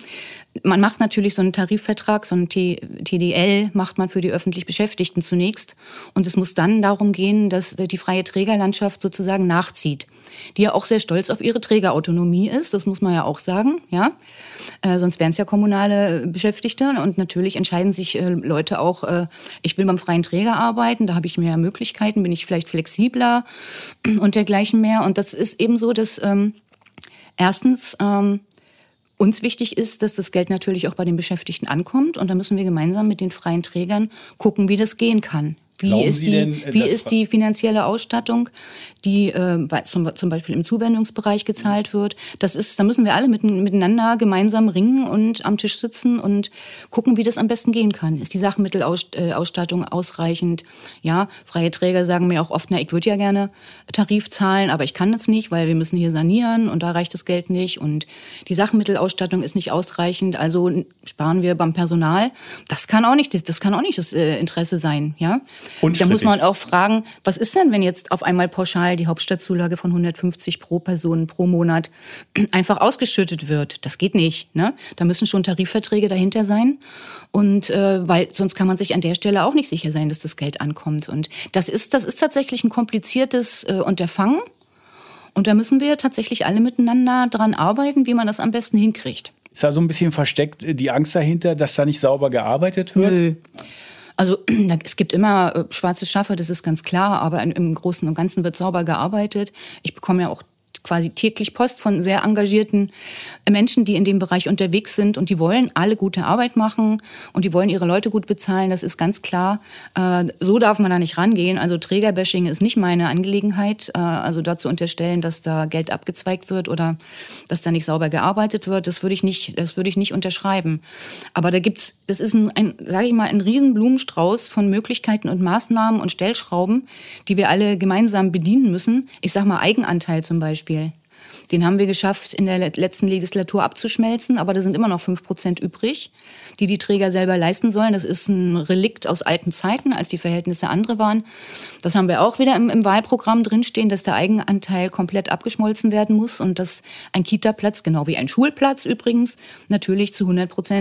man macht natürlich so einen Tarifvertrag, so einen TDL macht man für die öffentlich Beschäftigten zunächst. Und es muss dann darum gehen, dass die freie Trägerlandschaft sozusagen nachzieht, die ja auch sehr stolz auf ihre Trägerautonomie ist, das muss man ja auch sagen, ja. Sonst wären es ja kommunale Beschäftigte und natürlich entscheiden sich Leute auch, ich will beim freien Träger arbeiten, da habe ich mehr Möglichkeiten, bin ich vielleicht flexibler und dergleichen mehr. Und das ist eben so, dass erstens uns wichtig ist, dass das Geld natürlich auch bei den Beschäftigten ankommt. Und da müssen wir gemeinsam mit den freien Trägern gucken, wie das gehen kann. Wie ist die finanzielle Ausstattung, die zum Beispiel im Zuwendungsbereich gezahlt wird? Da müssen wir alle miteinander gemeinsam ringen und am Tisch sitzen und gucken, wie das am besten gehen kann. Ist die Sachmittelausstattung ausreichend? Ja, freie Träger sagen mir auch oft, ich würde ja gerne Tarif zahlen, aber ich kann das nicht, weil wir müssen hier sanieren und da reicht das Geld nicht. Und die Sachmittelausstattung ist nicht ausreichend, also sparen wir beim Personal. Das kann auch nicht das Interesse sein, ja. Da muss man auch fragen, was ist denn, wenn jetzt auf einmal pauschal die Hauptstadtzulage von 150 pro Person pro Monat einfach ausgeschüttet wird? Das geht nicht, ne? Da müssen schon Tarifverträge dahinter sein. Und weil sonst kann man sich an der Stelle auch nicht sicher sein, dass das Geld ankommt. Und das ist tatsächlich ein kompliziertes Unterfangen. Und da müssen wir tatsächlich alle miteinander dran arbeiten, wie man das am besten hinkriegt. Ist da so ein bisschen versteckt die Angst dahinter, dass da nicht sauber gearbeitet wird? Nö. Also es gibt immer schwarze Schafe, das ist ganz klar, aber im Großen und Ganzen wird sauber gearbeitet. Ich bekomme ja auch quasi täglich Post von sehr engagierten Menschen, die in dem Bereich unterwegs sind und die wollen alle gute Arbeit machen und die wollen ihre Leute gut bezahlen, das ist ganz klar. So darf man da nicht rangehen. Also Trägerbashing ist nicht meine Angelegenheit. Also da zu unterstellen, dass da Geld abgezweigt wird oder dass da nicht sauber gearbeitet wird, das würde ich nicht unterschreiben. Aber das ist ein riesen Blumenstrauß von Möglichkeiten und Maßnahmen und Stellschrauben, die wir alle gemeinsam bedienen müssen. Ich sag mal Eigenanteil zum Beispiel. Den haben wir geschafft, in der letzten Legislatur abzuschmelzen, aber da sind immer noch 5% übrig, die Träger selber leisten sollen. Das ist ein Relikt aus alten Zeiten, als die Verhältnisse andere waren. Das haben wir auch wieder im Wahlprogramm drinstehen, dass der Eigenanteil komplett abgeschmolzen werden muss und dass ein Kita-Platz, genau wie ein Schulplatz übrigens, natürlich zu 100%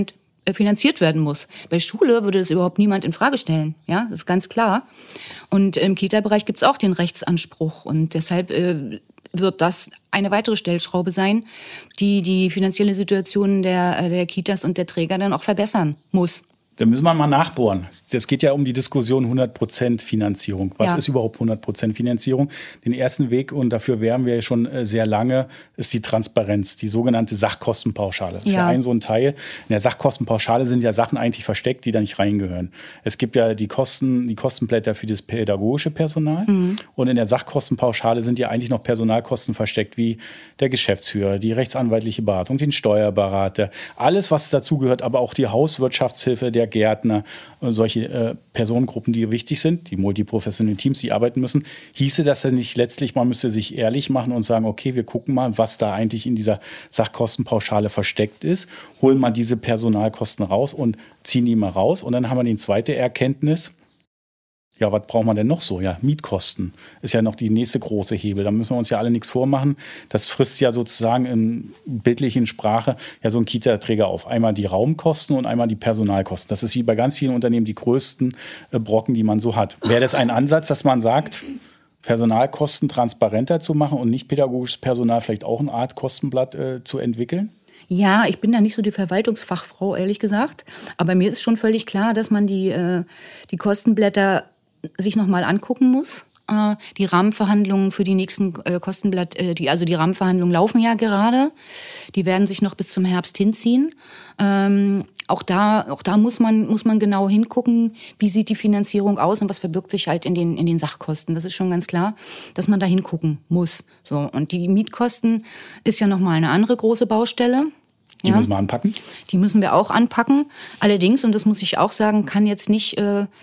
finanziert werden muss. Bei Schule würde das überhaupt niemand in Frage stellen. Ja, das ist ganz klar. Und im Kita-Bereich gibt es auch den Rechtsanspruch. Und deshalb wird das eine weitere Stellschraube sein, die die finanzielle Situation der Kitas und der Träger dann auch verbessern muss. Da müssen wir mal nachbohren. Es geht ja um die Diskussion 100% Finanzierung. Was ist überhaupt 100% Finanzierung? Den ersten Weg, und dafür werben wir schon sehr lange, ist die Transparenz, die sogenannte Sachkostenpauschale. Das ist ja ein so ein Teil. In der Sachkostenpauschale sind ja Sachen eigentlich versteckt, die da nicht reingehören. Es gibt ja die Kostenblätter für das pädagogische Personal. Und in der Sachkostenpauschale sind ja eigentlich noch Personalkosten versteckt, wie der Geschäftsführer, die rechtsanwaltliche Beratung, den Steuerberater, alles, was dazugehört, aber auch die Hauswirtschaftshilfe, der Gärtner, solche Personengruppen, die wichtig sind, die multiprofessionellen Teams, die arbeiten müssen, hieße das dann nicht letztlich, man müsste sich ehrlich machen und sagen, okay, wir gucken mal, was da eigentlich in dieser Sachkostenpauschale versteckt ist, holen mal diese Personalkosten raus und ziehen die mal raus. Und dann haben wir die zweite Erkenntnis, ja, was braucht man denn noch so? Ja, Mietkosten ist ja noch die nächste große Hebel. Da müssen wir uns ja alle nichts vormachen. Das frisst ja sozusagen in bildlichen Sprache ja so ein Kita-Träger auf. Einmal die Raumkosten und einmal die Personalkosten. Das ist wie bei ganz vielen Unternehmen die größten Brocken, die man so hat. Wäre das ein Ansatz, dass man sagt, Personalkosten transparenter zu machen und nicht pädagogisches Personal vielleicht auch eine Art Kostenblatt zu entwickeln? Ja, ich bin da nicht so die Verwaltungsfachfrau, ehrlich gesagt. Aber mir ist schon völlig klar, dass man die Kostenblätter sich nochmal angucken muss. Die Rahmenverhandlungen für die nächsten die Rahmenverhandlungen laufen ja gerade. Die werden sich noch bis zum Herbst hinziehen. Auch da muss man genau hingucken, wie sieht die Finanzierung aus und was verbirgt sich halt in den Sachkosten. Das ist schon ganz klar, dass man da hingucken muss. So, und die Mietkosten ist ja nochmal eine andere große Baustelle. Die müssen wir anpacken? Die müssen wir auch anpacken. Allerdings, und das muss ich auch sagen, kann jetzt nicht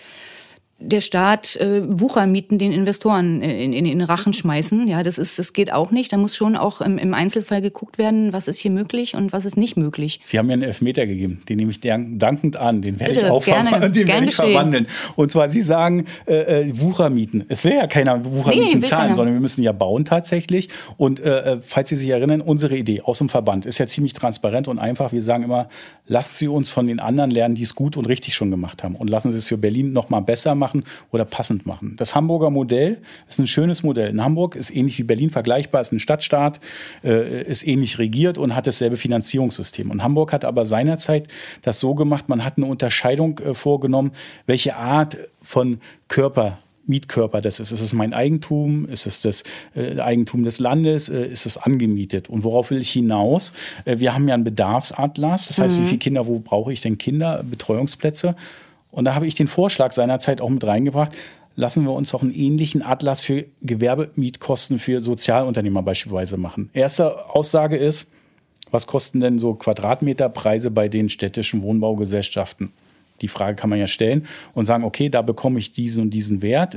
der Staat Wuchermieten den Investoren in den Rachen schmeißen. Ja, das geht auch nicht. Da muss schon auch im Einzelfall geguckt werden, was ist hier möglich und was ist nicht möglich. Sie haben mir einen Elfmeter gegeben, den nehme ich dankend an. Den werde ich auch verwandeln. Und zwar, Sie sagen Wuchermieten. Es will ja keiner Wuchermieten zahlen, sondern wir müssen ja bauen tatsächlich. Und falls Sie sich erinnern, unsere Idee aus dem Verband ist ja ziemlich transparent und einfach. Wir sagen immer, lasst Sie uns von den anderen lernen, die es gut und richtig schon gemacht haben. Und lassen Sie es für Berlin noch mal besser machen oder passend machen. Das Hamburger Modell ist ein schönes Modell. In Hamburg ist ähnlich wie Berlin vergleichbar, ist ein Stadtstaat, ist ähnlich regiert und hat dasselbe Finanzierungssystem. Und Hamburg hat aber seinerzeit das so gemacht, man hat eine Unterscheidung vorgenommen, welche Art von Mietkörper das ist. Ist es mein Eigentum? Ist es das Eigentum des Landes? Ist es angemietet? Und worauf will ich hinaus? Wir haben ja einen Bedarfsatlas. Das heißt, wie viele Kinder, wo brauche ich denn Kinder, Betreuungsplätze? Und da habe ich den Vorschlag seinerzeit auch mit reingebracht, lassen wir uns auch einen ähnlichen Atlas für Gewerbemietkosten für Sozialunternehmer beispielsweise machen. Erste Aussage ist, was kosten denn so Quadratmeterpreise bei den städtischen Wohnbaugesellschaften? Die Frage kann man ja stellen und sagen, okay, da bekomme ich diesen und diesen Wert,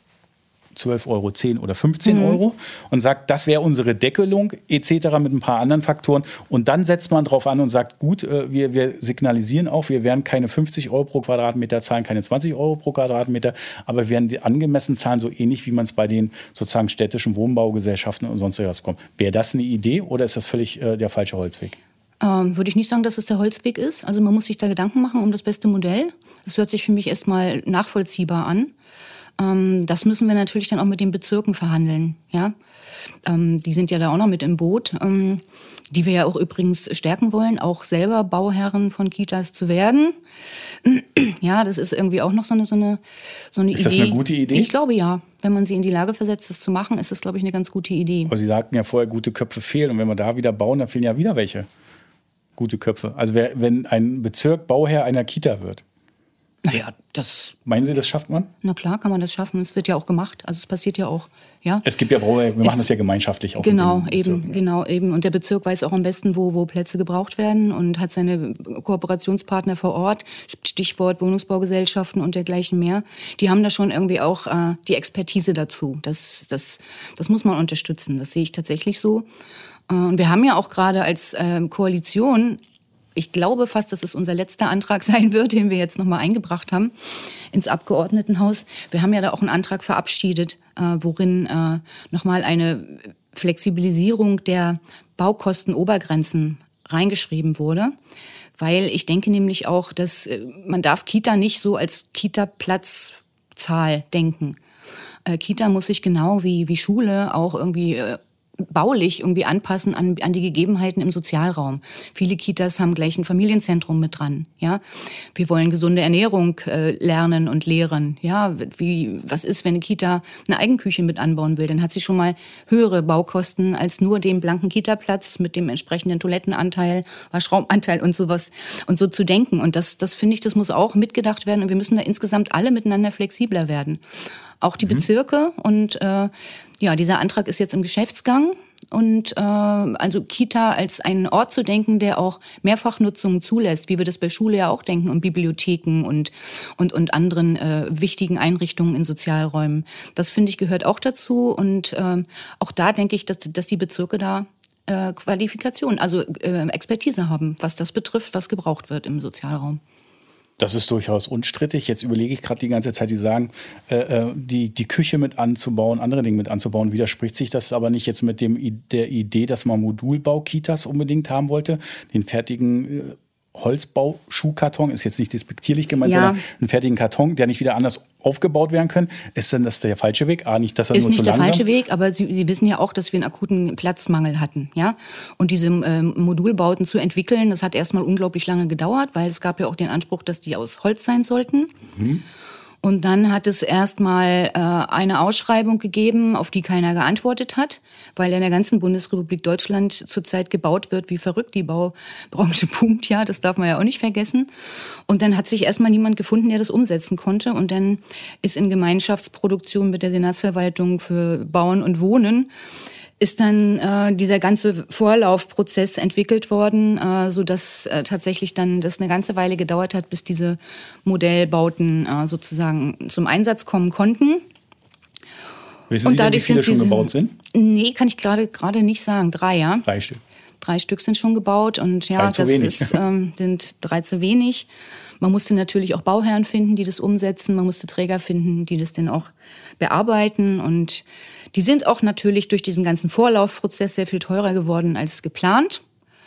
12 Euro, 10 oder 15 Euro und sagt, das wäre unsere Deckelung etc. mit ein paar anderen Faktoren. Und dann setzt man drauf an und sagt, gut, wir signalisieren auch, wir werden keine 50 Euro pro Quadratmeter zahlen, keine 20 Euro pro Quadratmeter, aber wir werden die angemessen zahlen, so ähnlich wie man es bei den sozusagen städtischen Wohnbaugesellschaften und sonst was bekommt. Wäre das eine Idee oder ist das völlig der falsche Holzweg? Würde ich nicht sagen, dass es der Holzweg ist. Also man muss sich da Gedanken machen um das beste Modell. Das hört sich für mich erstmal nachvollziehbar an. Das müssen wir natürlich dann auch mit den Bezirken verhandeln. Ja? Die sind ja da auch noch mit im Boot, die wir ja auch übrigens stärken wollen, auch selber Bauherren von Kitas zu werden. Ja, das ist irgendwie auch noch so eine Idee. Ist das eine gute Idee? Ich glaube ja. Wenn man sie in die Lage versetzt, das zu machen, ist das, glaube ich, eine ganz gute Idee. Aber Sie sagten ja vorher, gute Köpfe fehlen. Und wenn wir da wieder bauen, dann fehlen ja wieder welche gute Köpfe. Also wenn ein Bezirk Bauherr einer Kita wird. Naja, meinen Sie, das schafft man? Na klar, kann man das schaffen. Es wird ja auch gemacht. Also es passiert ja auch. Ja? Es gibt ja Bauherren, wir machen das ja gemeinschaftlich auch. Genau, eben. Und der Bezirk weiß auch am besten, wo Plätze gebraucht werden und hat seine Kooperationspartner vor Ort. Stichwort Wohnungsbaugesellschaften und dergleichen mehr. Die haben da schon irgendwie auch die Expertise dazu. Das muss man unterstützen. Das sehe ich tatsächlich so. Und wir haben ja auch gerade als Koalition, ich glaube fast, dass es unser letzter Antrag sein wird, den wir jetzt nochmal eingebracht haben ins Abgeordnetenhaus. Wir haben ja da auch einen Antrag verabschiedet, worin nochmal eine Flexibilisierung der Baukostenobergrenzen reingeschrieben wurde. Weil ich denke nämlich auch, dass man darf Kita nicht so als Kita-Platzzahl denken. Kita muss sich genau wie Schule auch irgendwie baulich irgendwie anpassen an die Gegebenheiten im Sozialraum. Viele Kitas haben gleich ein Familienzentrum mit dran. Ja, wir wollen gesunde Ernährung lernen und lehren. Ja, was ist, wenn eine Kita eine Eigenküche mit anbauen will? Dann hat sie schon mal höhere Baukosten als nur den blanken Kita-Platz mit dem entsprechenden Toilettenanteil, Waschraumanteil und sowas und so zu denken. Und das finde ich, das muss auch mitgedacht werden. Und wir müssen da insgesamt alle miteinander flexibler werden. Auch die Bezirke und dieser Antrag ist jetzt im Geschäftsgang und also Kita als einen Ort zu denken, der auch Mehrfachnutzungen zulässt, wie wir das bei Schule ja auch denken, und Bibliotheken und anderen wichtigen Einrichtungen in Sozialräumen. Das finde ich gehört auch dazu und auch da denke ich, dass die Bezirke da Qualifikation, also Expertise haben, was das betrifft, was gebraucht wird im Sozialraum. Das ist durchaus unstrittig. Jetzt überlege ich gerade die ganze Zeit, die sagen, die Küche mit anzubauen, andere Dinge mit anzubauen, widerspricht sich das aber nicht jetzt mit der Idee, dass man Modulbau-Kitas unbedingt haben wollte, den fertigen Holzbauschuhkarton, ist jetzt nicht despektierlich gemeint, sondern einen fertigen Karton, der nicht wieder anders aufgebaut werden kann. Ist denn das der falsche Weg? Nicht, dass er ist nur nicht zu langsam? Der falsche Weg, aber Sie wissen ja auch, dass wir einen akuten Platzmangel hatten. Ja? Und diese Modulbauten zu entwickeln, das hat erstmal unglaublich lange gedauert, weil es gab ja auch den Anspruch, dass die aus Holz sein sollten. Mhm. Und dann hat es erstmal eine Ausschreibung gegeben, auf die keiner geantwortet hat, weil in der ganzen Bundesrepublik Deutschland zurzeit gebaut wird wie verrückt. Die Baubranche boomt, ja, das darf man ja auch nicht vergessen. Und dann hat sich erstmal niemand gefunden, der das umsetzen konnte. Und dann ist in Gemeinschaftsproduktion mit der Senatsverwaltung für Bauen und Wohnen ist dann dieser ganze Vorlaufprozess entwickelt worden, so dass tatsächlich dann das eine ganze Weile gedauert hat, bis diese Modellbauten sozusagen zum Einsatz kommen konnten. Wissen Sie denn, wie viele schon gebaut sind? Nee, kann ich gerade nicht sagen. 3, ja. 3 Stück. 3 Stück sind schon gebaut und ja, sind 3 zu wenig. Man musste natürlich auch Bauherren finden, die das umsetzen. Man musste Träger finden, die das dann auch bearbeiten. Und die sind auch natürlich durch diesen ganzen Vorlaufprozess sehr viel teurer geworden als geplant.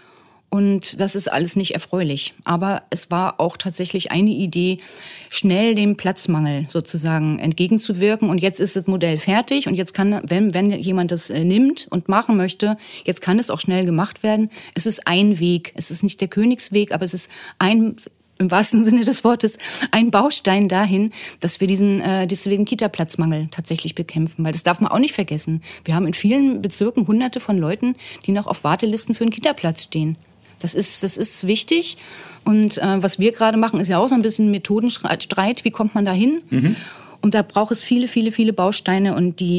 Und das ist alles nicht erfreulich. Aber es war auch tatsächlich eine Idee, schnell dem Platzmangel sozusagen entgegenzuwirken. Und jetzt ist das Modell fertig. Und jetzt kann, wenn jemand das nimmt und machen möchte, jetzt kann es auch schnell gemacht werden. Es ist ein Weg. Es ist nicht der Königsweg, aber es ist im wahrsten Sinne des Wortes, ein Baustein dahin, dass wir diesen Kita-Platzmangel tatsächlich bekämpfen. Weil das darf man auch nicht vergessen. Wir haben in vielen Bezirken Hunderte von Leuten, die noch auf Wartelisten für einen Kita-Platz stehen. Das ist wichtig. Und was wir gerade machen, ist ja auch so ein bisschen Methodenstreit. Wie kommt man da hin? Mhm. Und da braucht es viele, viele, viele Bausteine. Und die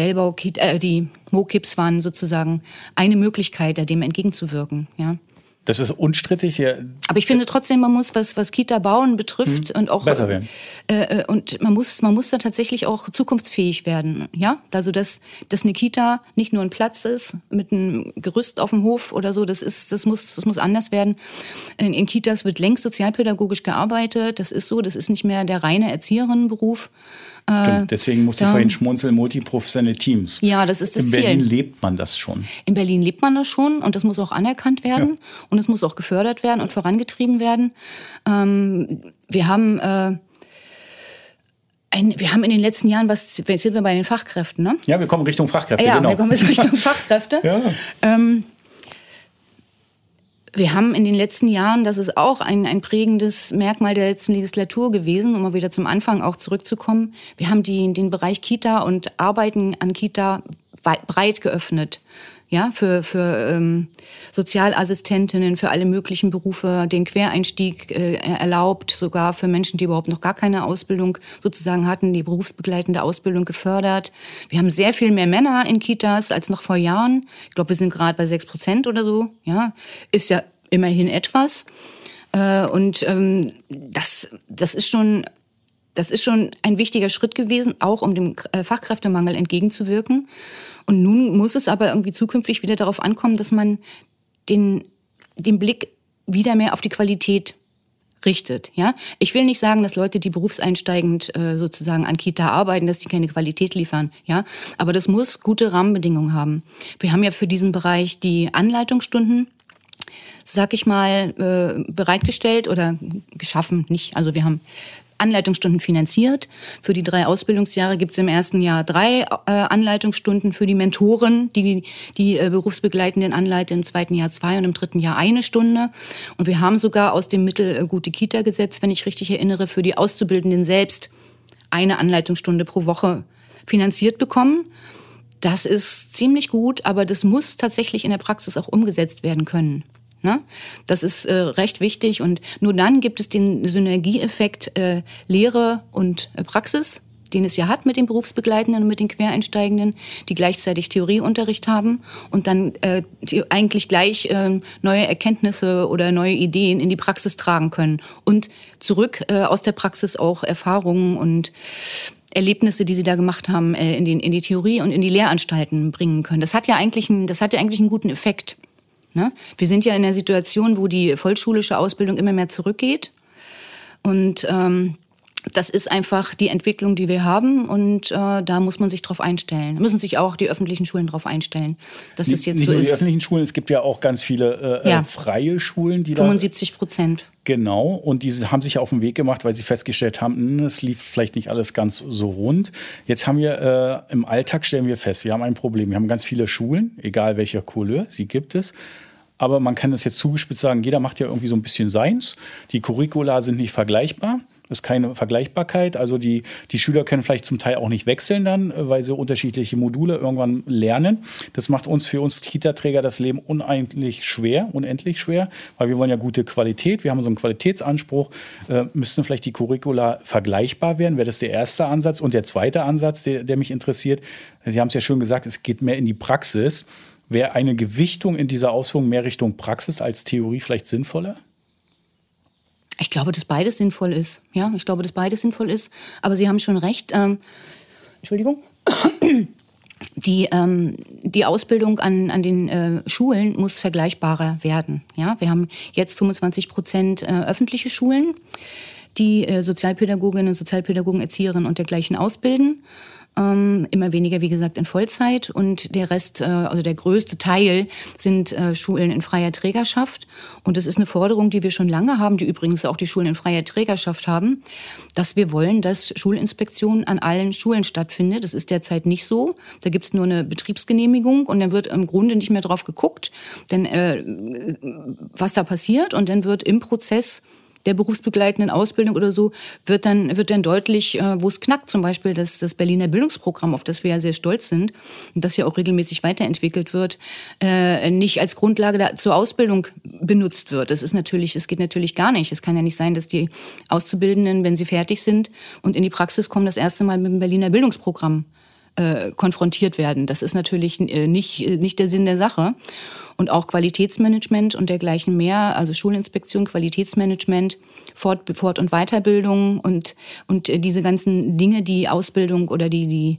die MOKIPs waren sozusagen eine Möglichkeit, dem entgegenzuwirken. Ja. Das ist unstrittig. Ja. Aber ich finde trotzdem, man muss, was Kita-Bauen betrifft, und auch besser werden. Und man muss da tatsächlich auch zukunftsfähig werden. Ja, also dass eine Kita nicht nur ein Platz ist mit einem Gerüst auf dem Hof oder so. Das muss anders werden. In Kitas wird längst sozialpädagogisch gearbeitet. Das ist so. Das ist nicht mehr der reine Erzieherinnenberuf. Stimmt, deswegen musste ich vorhin schmunzeln, multiprofessionelle Teams. Ja, das ist das Ziel. In Berlin lebt man das schon. In Berlin lebt man das schon und das muss auch anerkannt werden. Ja. Und es muss auch gefördert werden und vorangetrieben werden. Wir haben in den letzten Jahren, jetzt sind wir bei den Fachkräften, ne? Ja, wir kommen Richtung Fachkräfte, ja, genau. Wir kommen jetzt Richtung Fachkräfte. Ja. Wir haben in den letzten Jahren, das ist auch ein prägendes Merkmal der letzten Legislatur gewesen, um mal wieder zum Anfang auch zurückzukommen. Wir haben den Bereich Kita und Arbeiten an Kita breit geöffnet. Ja, für Sozialassistentinnen, für alle möglichen Berufe, den Quereinstieg erlaubt, sogar für Menschen, die überhaupt noch gar keine Ausbildung sozusagen hatten, die berufsbegleitende Ausbildung gefördert. Wir haben sehr viel mehr Männer in Kitas als noch vor Jahren. Ich glaube, wir sind gerade bei 6% oder so. Ja, ist ja immerhin etwas. Und das ist schon ein wichtiger Schritt gewesen, auch um dem Fachkräftemangel entgegenzuwirken. Und nun muss es aber irgendwie zukünftig wieder darauf ankommen, dass man den Blick wieder mehr auf die Qualität richtet. Ja? Ich will nicht sagen, dass Leute, die berufseinsteigend sozusagen an Kita arbeiten, dass die keine Qualität liefern. Ja? Aber das muss gute Rahmenbedingungen haben. Wir haben ja für diesen Bereich die Anleitungsstunden. sag ich mal, bereitgestellt oder geschaffen, nicht. Also wir haben Anleitungsstunden finanziert. Für die 3 Ausbildungsjahre gibt es im ersten Jahr 3 Anleitungsstunden für die Mentoren, die Berufsbegleitenden anleiten, im zweiten Jahr 2 und im dritten Jahr 1 Stunde. Und wir haben sogar aus dem Mittel Gute-Kita-Gesetz, wenn ich richtig erinnere, für die Auszubildenden selbst 1 Anleitungsstunde pro Woche finanziert bekommen. Das ist ziemlich gut, aber das muss tatsächlich in der Praxis auch umgesetzt werden können. Das ist recht wichtig und nur dann gibt es den Synergieeffekt Lehre und Praxis, den es ja hat mit den Berufsbegleitenden und mit den Quereinsteigenden, die gleichzeitig Theorieunterricht haben und dann eigentlich gleich neue Erkenntnisse oder neue Ideen in die Praxis tragen können und zurück aus der Praxis auch Erfahrungen und Erlebnisse, die sie da gemacht haben, in die Theorie und in die Lehranstalten bringen können. Das hat ja eigentlich einen guten Effekt. Wir sind ja in einer Situation, wo die vollschulische Ausbildung immer mehr zurückgeht. Und das ist einfach die Entwicklung, die wir haben. Und da muss man sich drauf einstellen. Da müssen sich auch die öffentlichen Schulen drauf einstellen, dass das jetzt nicht so nur ist. Die öffentlichen Schulen, es gibt ja auch ganz viele freie Schulen, die 75%. Genau, und die haben sich auf den Weg gemacht, weil sie festgestellt haben, es lief vielleicht nicht alles ganz so rund. Jetzt haben wir im Alltag, stellen wir fest, wir haben ein Problem. Wir haben ganz viele Schulen, egal welcher Couleur, sie gibt es. Aber man kann das jetzt zugespitzt sagen, jeder macht ja irgendwie so ein bisschen seins. Die Curricula sind nicht vergleichbar. Es ist keine Vergleichbarkeit. Also die Schüler können vielleicht zum Teil auch nicht wechseln dann, weil sie unterschiedliche Module irgendwann lernen. Das macht für uns Kita-Träger das Leben unendlich schwer, weil wir wollen ja gute Qualität. Wir haben so einen Qualitätsanspruch. Müssten vielleicht die Curricula vergleichbar werden? Wäre das der erste Ansatz? Und der zweite Ansatz, der mich interessiert, Sie haben es ja schon gesagt, es geht mehr in die Praxis. Wäre eine Gewichtung in dieser Ausführung mehr Richtung Praxis als Theorie vielleicht sinnvoller? Ich glaube, dass beides sinnvoll ist. Ja, ich glaube, dass beides sinnvoll ist. Aber Sie haben schon recht. Entschuldigung. Die Ausbildung an den Schulen muss vergleichbarer werden. Ja, wir haben jetzt 25% öffentliche Schulen, die Sozialpädagoginnen und Sozialpädagogen, Erzieherinnen und dergleichen ausbilden. Immer weniger, wie gesagt, in Vollzeit. Und der Rest, also der größte Teil, sind Schulen in freier Trägerschaft. Und das ist eine Forderung, die wir schon lange haben, die übrigens auch die Schulen in freier Trägerschaft haben, dass wir wollen, dass Schulinspektion an allen Schulen stattfindet. Das ist derzeit nicht so. Da gibt's nur eine Betriebsgenehmigung und dann wird im Grunde nicht mehr drauf geguckt, denn was da passiert. Und dann wird im Prozess der berufsbegleitenden Ausbildung oder so, wird dann deutlich, wo es knackt. Zum Beispiel das Berliner Bildungsprogramm, auf das wir ja sehr stolz sind und das ja auch regelmäßig weiterentwickelt wird, nicht als Grundlage zur Ausbildung benutzt wird. Das geht natürlich gar nicht. Es kann ja nicht sein, dass die Auszubildenden, wenn sie fertig sind und in die Praxis kommen, das erste Mal mit dem Berliner Bildungsprogramm konfrontiert werden. Das ist natürlich nicht der Sinn der Sache. Und auch Qualitätsmanagement und dergleichen mehr, also Schulinspektion, Qualitätsmanagement, Fort- und Weiterbildung und diese ganzen Dinge, die Ausbildung oder die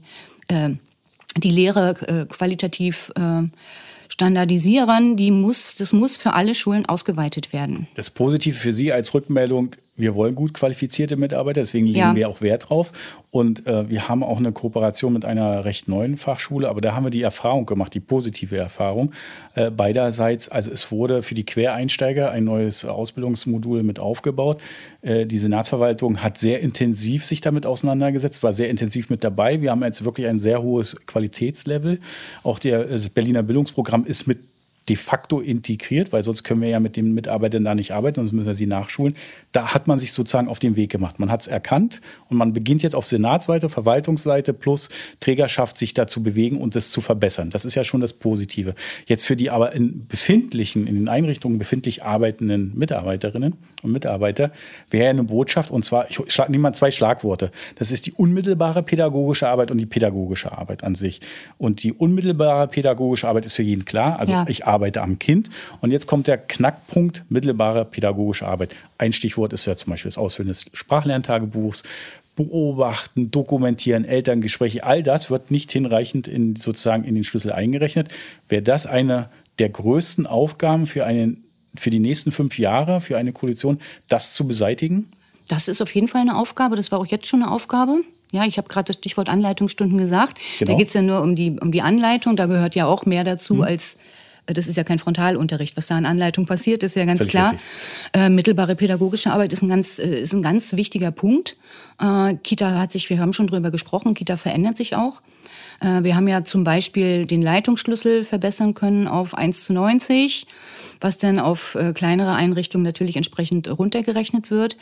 Lehre qualitativ standardisieren, das muss für alle Schulen ausgeweitet werden. Das Positive für Sie als Rückmeldung: Wir wollen gut qualifizierte Mitarbeiter, deswegen legen wir auch Wert drauf. Und wir haben auch eine Kooperation mit einer recht neuen Fachschule, aber da haben wir die Erfahrung gemacht, die positive Erfahrung beiderseits. Also es wurde für die Quereinsteiger ein neues Ausbildungsmodul mit aufgebaut. Die Senatsverwaltung hat sehr intensiv sich damit auseinandergesetzt, war sehr intensiv mit dabei. Wir haben jetzt wirklich ein sehr hohes Qualitätslevel. Auch das Berliner Bildungsprogramm ist mit de facto integriert, weil sonst können wir ja mit den Mitarbeitern da nicht arbeiten, sonst müssen wir sie nachschulen. Da hat man sich sozusagen auf den Weg gemacht. Man hat es erkannt und man beginnt jetzt auf Senatsseite, Verwaltungsseite plus Trägerschaft sich da zu bewegen und das zu verbessern. Das ist ja schon das Positive. Jetzt für die aber in den Einrichtungen befindlich arbeitenden Mitarbeiterinnen und Mitarbeiter wäre eine Botschaft, und zwar, ich nehme mal 2 Schlagworte. Das ist die unmittelbare pädagogische Arbeit und die pädagogische Arbeit an sich. Und die unmittelbare pädagogische Arbeit ist für jeden klar. Also ich arbeite am Kind. Und jetzt kommt der Knackpunkt mittelbare pädagogische Arbeit. Ein Stichwort ist ja zum Beispiel das Ausfüllen des Sprachlerntagebuchs, Beobachten, Dokumentieren, Elterngespräche. All das wird nicht hinreichend in den Schlüssel eingerechnet. Wäre das eine der größten Aufgaben für die nächsten 5 Jahre, für eine Koalition, das zu beseitigen? Das ist auf jeden Fall eine Aufgabe. Das war auch jetzt schon eine Aufgabe. Ja, ich habe gerade das Stichwort Anleitungsstunden gesagt. Genau. Da geht es ja nur um die Anleitung. Da gehört ja auch mehr dazu als Das ist ja kein Frontalunterricht. Was da an Anleitung passiert, ist ja ganz völlig klar. Mittelbare pädagogische Arbeit ist ein ganz wichtiger Punkt. Kita wir haben schon drüber gesprochen, Kita verändert sich auch. Wir haben ja zum Beispiel den Leitungsschlüssel verbessern können auf 1:90, was dann auf kleinere Einrichtungen natürlich entsprechend runtergerechnet wird.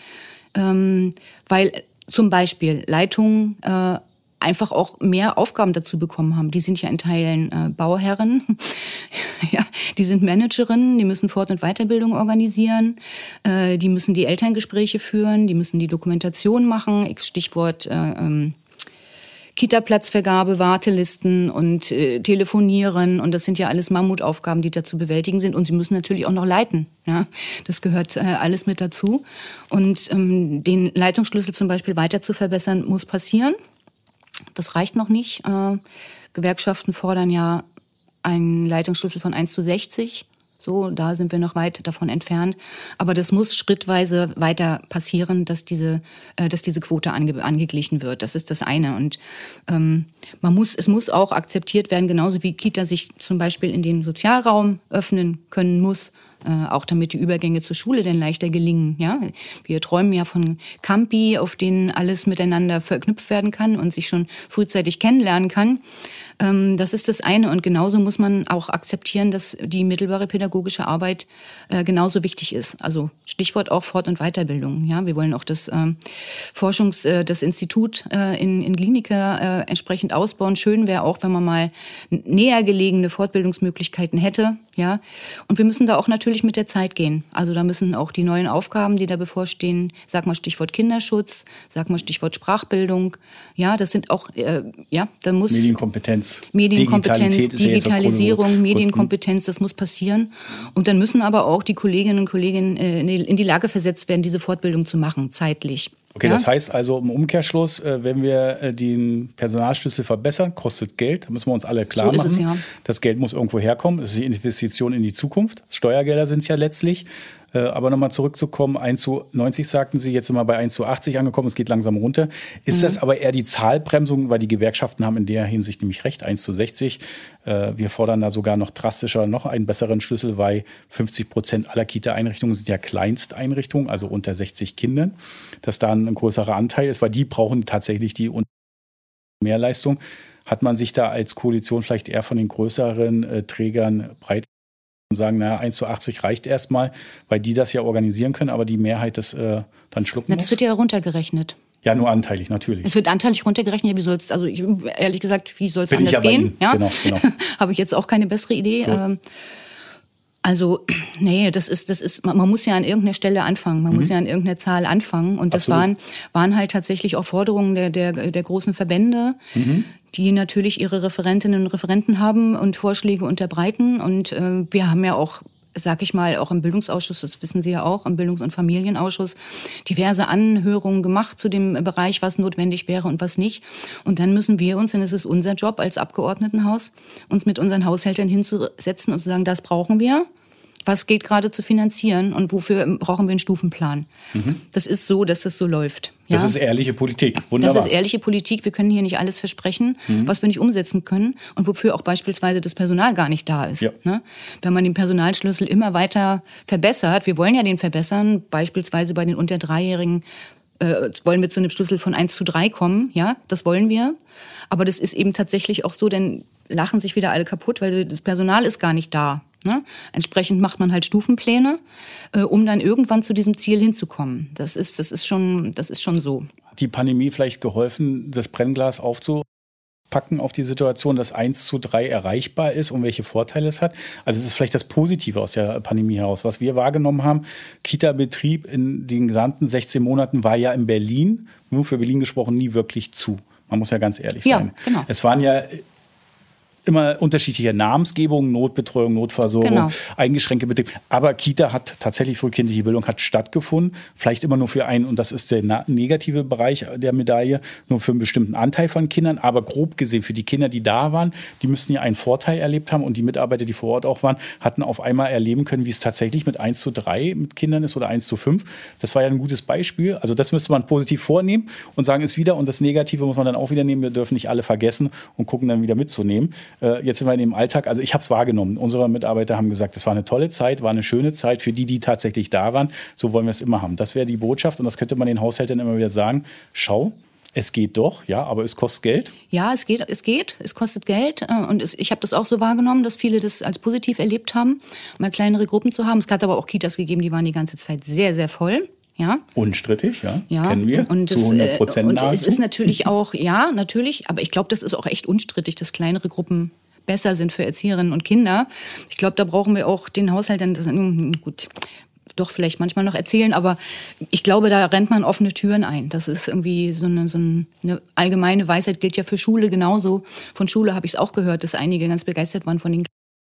Weil zum Beispiel Leitungen einfach auch mehr Aufgaben dazu bekommen haben. Die sind ja in Teilen Bauherren, ja, die sind Managerinnen, die müssen Fort- und Weiterbildung organisieren, die müssen die Elterngespräche führen, die müssen die Dokumentation machen, Stichwort Kita-Platzvergabe, Wartelisten und telefonieren. Und das sind ja alles Mammutaufgaben, die da zu bewältigen sind. Und sie müssen natürlich auch noch leiten. Ja? Das gehört alles mit dazu. Und den Leitungsschlüssel zum Beispiel weiter zu verbessern, muss passieren. Das reicht noch nicht. Gewerkschaften fordern ja einen Leitungsschlüssel von 1:60. So, da sind wir noch weit davon entfernt. Aber das muss schrittweise weiter passieren, dass diese Quote angeglichen wird. Das ist das eine. Und es muss auch akzeptiert werden, genauso wie Kita sich zum Beispiel in den Sozialraum öffnen können muss, auch damit die Übergänge zur Schule dann leichter gelingen. Ja? Wir träumen ja von Campi, auf denen alles miteinander verknüpft werden kann und sich schon frühzeitig kennenlernen kann. Das ist das eine. Und genauso muss man auch akzeptieren, dass die mittelbare pädagogische Arbeit genauso wichtig ist. Also Stichwort auch Fort- und Weiterbildung. Ja? Wir wollen auch das das Institut in Glienicke entsprechend ausbauen. Schön wäre auch, wenn man mal näher gelegene Fortbildungsmöglichkeiten hätte. Ja? Und wir müssen da auch natürlich mit der Zeit gehen. Also da müssen auch die neuen Aufgaben, die da bevorstehen, sag mal Stichwort Kinderschutz, sag mal Stichwort Sprachbildung. Ja, das sind auch, da muss Medienkompetenz, Digitalisierung, Medienkompetenz, das muss passieren. Und dann müssen aber auch die Kolleginnen und Kollegen in die Lage versetzt werden, diese Fortbildung zu machen, zeitlich. Okay, ja? Das heißt also im Umkehrschluss, wenn wir den Personalschlüssel verbessern, kostet Geld. Da müssen wir uns alle klar machen. So ist es, ja. Das Geld muss irgendwo herkommen. Das ist die Investition in die Zukunft. Steuergelder sind es ja letztlich. Aber nochmal zurückzukommen, 1:90 sagten Sie, jetzt sind wir bei 1:80 angekommen, es geht langsam runter. Ist das aber eher die Zahlbremsung, weil die Gewerkschaften haben in der Hinsicht nämlich recht, 1:60. Wir fordern da sogar noch drastischer, noch einen besseren Schlüssel, weil 50% aller Kita-Einrichtungen sind ja Kleinsteinrichtungen, also unter 60 Kindern, dass da ein größerer Anteil ist, weil die brauchen tatsächlich die Mehrleistung. Hat man sich da als Koalition vielleicht eher von den größeren Trägern breit und sagen, 1:80 reicht erstmal, weil die das ja organisieren können, aber die Mehrheit das dann schlucken muss? Das wird ja runtergerechnet. Ja, nur anteilig, natürlich. Es wird anteilig runtergerechnet. Ehrlich gesagt, wie soll es anders gehen? Ja? Genau. Habe ich jetzt auch keine bessere Idee. Man muss ja an irgendeiner Stelle anfangen. Man muss ja an irgendeiner Zahl anfangen. Und das waren halt tatsächlich auch Forderungen der großen Verbände, die natürlich ihre Referentinnen und Referenten haben und Vorschläge unterbreiten. Und wir haben ja auch, sag ich mal, auch im Bildungsausschuss, das wissen Sie ja auch, im Bildungs- und Familienausschuss, diverse Anhörungen gemacht zu dem Bereich, was notwendig wäre und was nicht. Und dann müssen wir uns, und es ist unser Job als Abgeordnetenhaus, uns mit unseren Haushältern hinzusetzen und zu sagen, das brauchen wir. Was geht gerade zu finanzieren und wofür brauchen wir einen Stufenplan? Das ist so, dass das so läuft. Ja? Das ist ehrliche Politik. Wunderbar. Das ist ehrliche Politik. Wir können hier nicht alles versprechen, was wir nicht umsetzen können und wofür auch beispielsweise das Personal gar nicht da ist. Ja. Ne? Wenn man den Personalschlüssel immer weiter verbessert, wir wollen ja den verbessern, beispielsweise bei den unter 3-Jährigen, wollen wir zu einem Schlüssel von 1:3 kommen. Ja, das wollen wir. Aber das ist eben tatsächlich auch so, denn lachen sich wieder alle kaputt, weil das Personal ist gar nicht da. Ne? Entsprechend macht man halt Stufenpläne, um dann irgendwann zu diesem Ziel hinzukommen. Das ist schon so. Hat die Pandemie vielleicht geholfen, das Brennglas aufzupacken auf die Situation, dass 1:3 erreichbar ist und welche Vorteile es hat? Also es ist vielleicht das Positive aus der Pandemie heraus. Was wir wahrgenommen haben, Kita-Betrieb in den gesamten 16 Monaten war ja in Berlin, nur für Berlin gesprochen, nie wirklich zu. Man muss ja ganz ehrlich sein. Genau. Es waren ja immer unterschiedliche Namensgebungen, Notbetreuung, Notversorgung, eingeschränkte Betrieb. Aber Kita hat tatsächlich, frühkindliche Bildung hat stattgefunden. Vielleicht immer nur für einen, und das ist der negative Bereich der Medaille, nur für einen bestimmten Anteil von Kindern. Aber grob gesehen, für die Kinder, die da waren, die müssten ja einen Vorteil erlebt haben. Und die Mitarbeiter, die vor Ort auch waren, hatten auf einmal erleben können, wie es tatsächlich mit 1:3 mit Kindern ist oder 1:5. Das war ja ein gutes Beispiel. Also das müsste man positiv vornehmen und sagen, ist wieder. Und das Negative muss man dann auch wieder nehmen. Wir dürfen nicht alle vergessen und gucken dann wieder mitzunehmen. Jetzt sind wir in dem Alltag. Also ich habe es wahrgenommen. Unsere Mitarbeiter haben gesagt, es war eine tolle Zeit, war eine schöne Zeit für die, die tatsächlich da waren. So wollen wir es immer haben. Das wäre die Botschaft und das könnte man den Haushältern immer wieder sagen. Schau, es geht doch, ja, aber es kostet Geld. Ja, es geht, es kostet Geld. Und ich habe das auch so wahrgenommen, dass viele das als positiv erlebt haben, mal kleinere Gruppen zu haben. Es hat aber auch Kitas gegeben, die waren die ganze Zeit sehr, sehr voll. Ja. Unstrittig, ja, kennen wir, und zu 100% und nahezu. Es ist natürlich auch, ja, natürlich, aber ich glaube, das ist auch echt unstrittig, dass kleinere Gruppen besser sind für Erzieherinnen und Kinder. Ich glaube, da brauchen wir auch den Haushältern, gut, doch vielleicht manchmal noch erzählen, aber ich glaube, da rennt man offene Türen ein. Das ist irgendwie so eine allgemeine Weisheit, gilt ja für Schule genauso. Von Schule habe ich es auch gehört, dass einige ganz begeistert waren von den,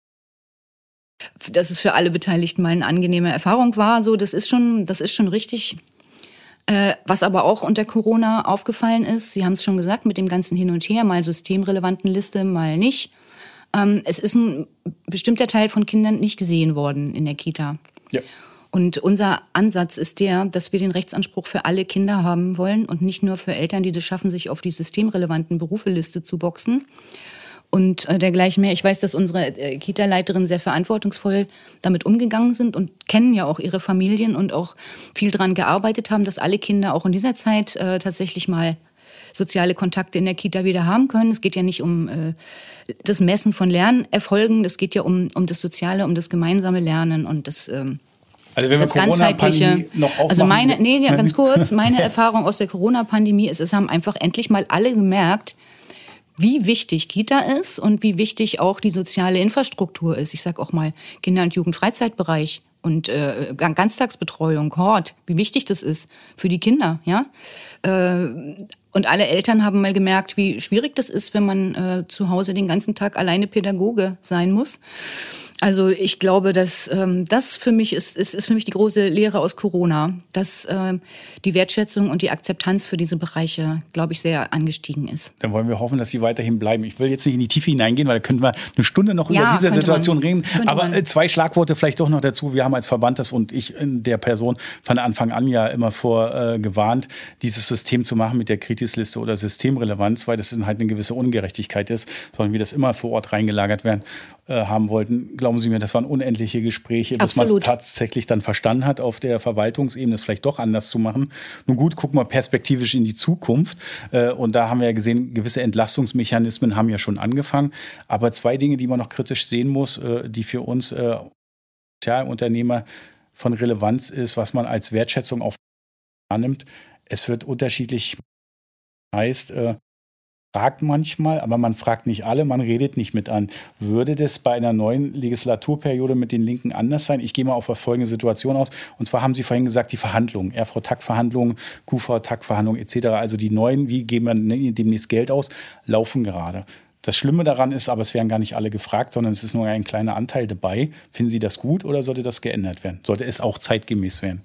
dass es für alle Beteiligten mal eine angenehme Erfahrung war. So, das ist schon richtig. Was aber auch unter Corona aufgefallen ist, Sie haben es schon gesagt, mit dem ganzen Hin und Her, mal systemrelevanten Liste, mal nicht. Es ist ein bestimmter Teil von Kindern nicht gesehen worden in der Kita. Ja. Und unser Ansatz ist der, dass wir den Rechtsanspruch für alle Kinder haben wollen und nicht nur für Eltern, die das schaffen, sich auf die systemrelevanten Berufeliste zu boxen. Und dergleichen mehr. Ich weiß, dass unsere Kita-Leiterinnen sehr verantwortungsvoll damit umgegangen sind und kennen ja auch ihre Familien und auch viel daran gearbeitet haben, dass alle Kinder auch in dieser Zeit tatsächlich mal soziale Kontakte in der Kita wieder haben können. Es geht ja nicht um das Messen von Lernerfolgen, es geht ja um das Soziale, um das gemeinsame Lernen und das also wenn wir das ganzheitliche. Noch aufmachen, also ganz kurz, meine Erfahrung aus der Corona-Pandemie ist, es haben einfach endlich mal alle gemerkt, wie wichtig Kita ist und wie wichtig auch die soziale Infrastruktur ist. Ich sage auch mal Kinder- und Jugendfreizeitbereich und Ganztagsbetreuung, Hort, wie wichtig das ist für die Kinder, ja. Und alle Eltern haben mal gemerkt, wie schwierig das ist, wenn man zu Hause den ganzen Tag alleine Pädagoge sein muss. Also ich glaube, dass das für mich ist für mich die große Lehre aus Corona, dass die Wertschätzung und die Akzeptanz für diese Bereiche, glaube ich, sehr angestiegen ist. Dann wollen wir hoffen, dass sie weiterhin bleiben. Ich will jetzt nicht in die Tiefe hineingehen, weil da könnten wir eine Stunde noch über diese Situation reden. Aber 2 Schlagworte vielleicht doch noch dazu. Wir haben als Verband das und ich in der Person von Anfang an ja immer gewarnt, dieses System zu machen mit der Kritisliste oder Systemrelevanz, weil das dann halt eine gewisse Ungerechtigkeit ist, sondern wir das immer vor Ort reingelagert werden. Haben wollten, glauben Sie mir, das waren unendliche Gespräche, bis man es tatsächlich dann verstanden hat, auf der Verwaltungsebene es vielleicht doch anders zu machen. Nun gut, gucken wir perspektivisch in die Zukunft. Und da haben wir ja gesehen, gewisse Entlastungsmechanismen haben ja schon angefangen. Aber 2 Dinge, die man noch kritisch sehen muss, die für uns Sozialunternehmer von Relevanz ist, was man als Wertschätzung auch annimmt. Es wird unterschiedlich, heißt, fragt manchmal, aber man fragt nicht alle, man redet nicht mit an. Würde das bei einer neuen Legislaturperiode mit den Linken anders sein? Ich gehe mal auf folgende Situation aus. Und zwar haben Sie vorhin gesagt, die Verhandlungen, RV-TAG-Verhandlungen, QV-TAG-Verhandlungen etc., also die neuen, wie geben wir demnächst Geld aus, laufen gerade. Das Schlimme daran ist aber, es werden gar nicht alle gefragt, sondern es ist nur ein kleiner Anteil dabei. Finden Sie das gut oder sollte das geändert werden? Sollte es auch zeitgemäß werden?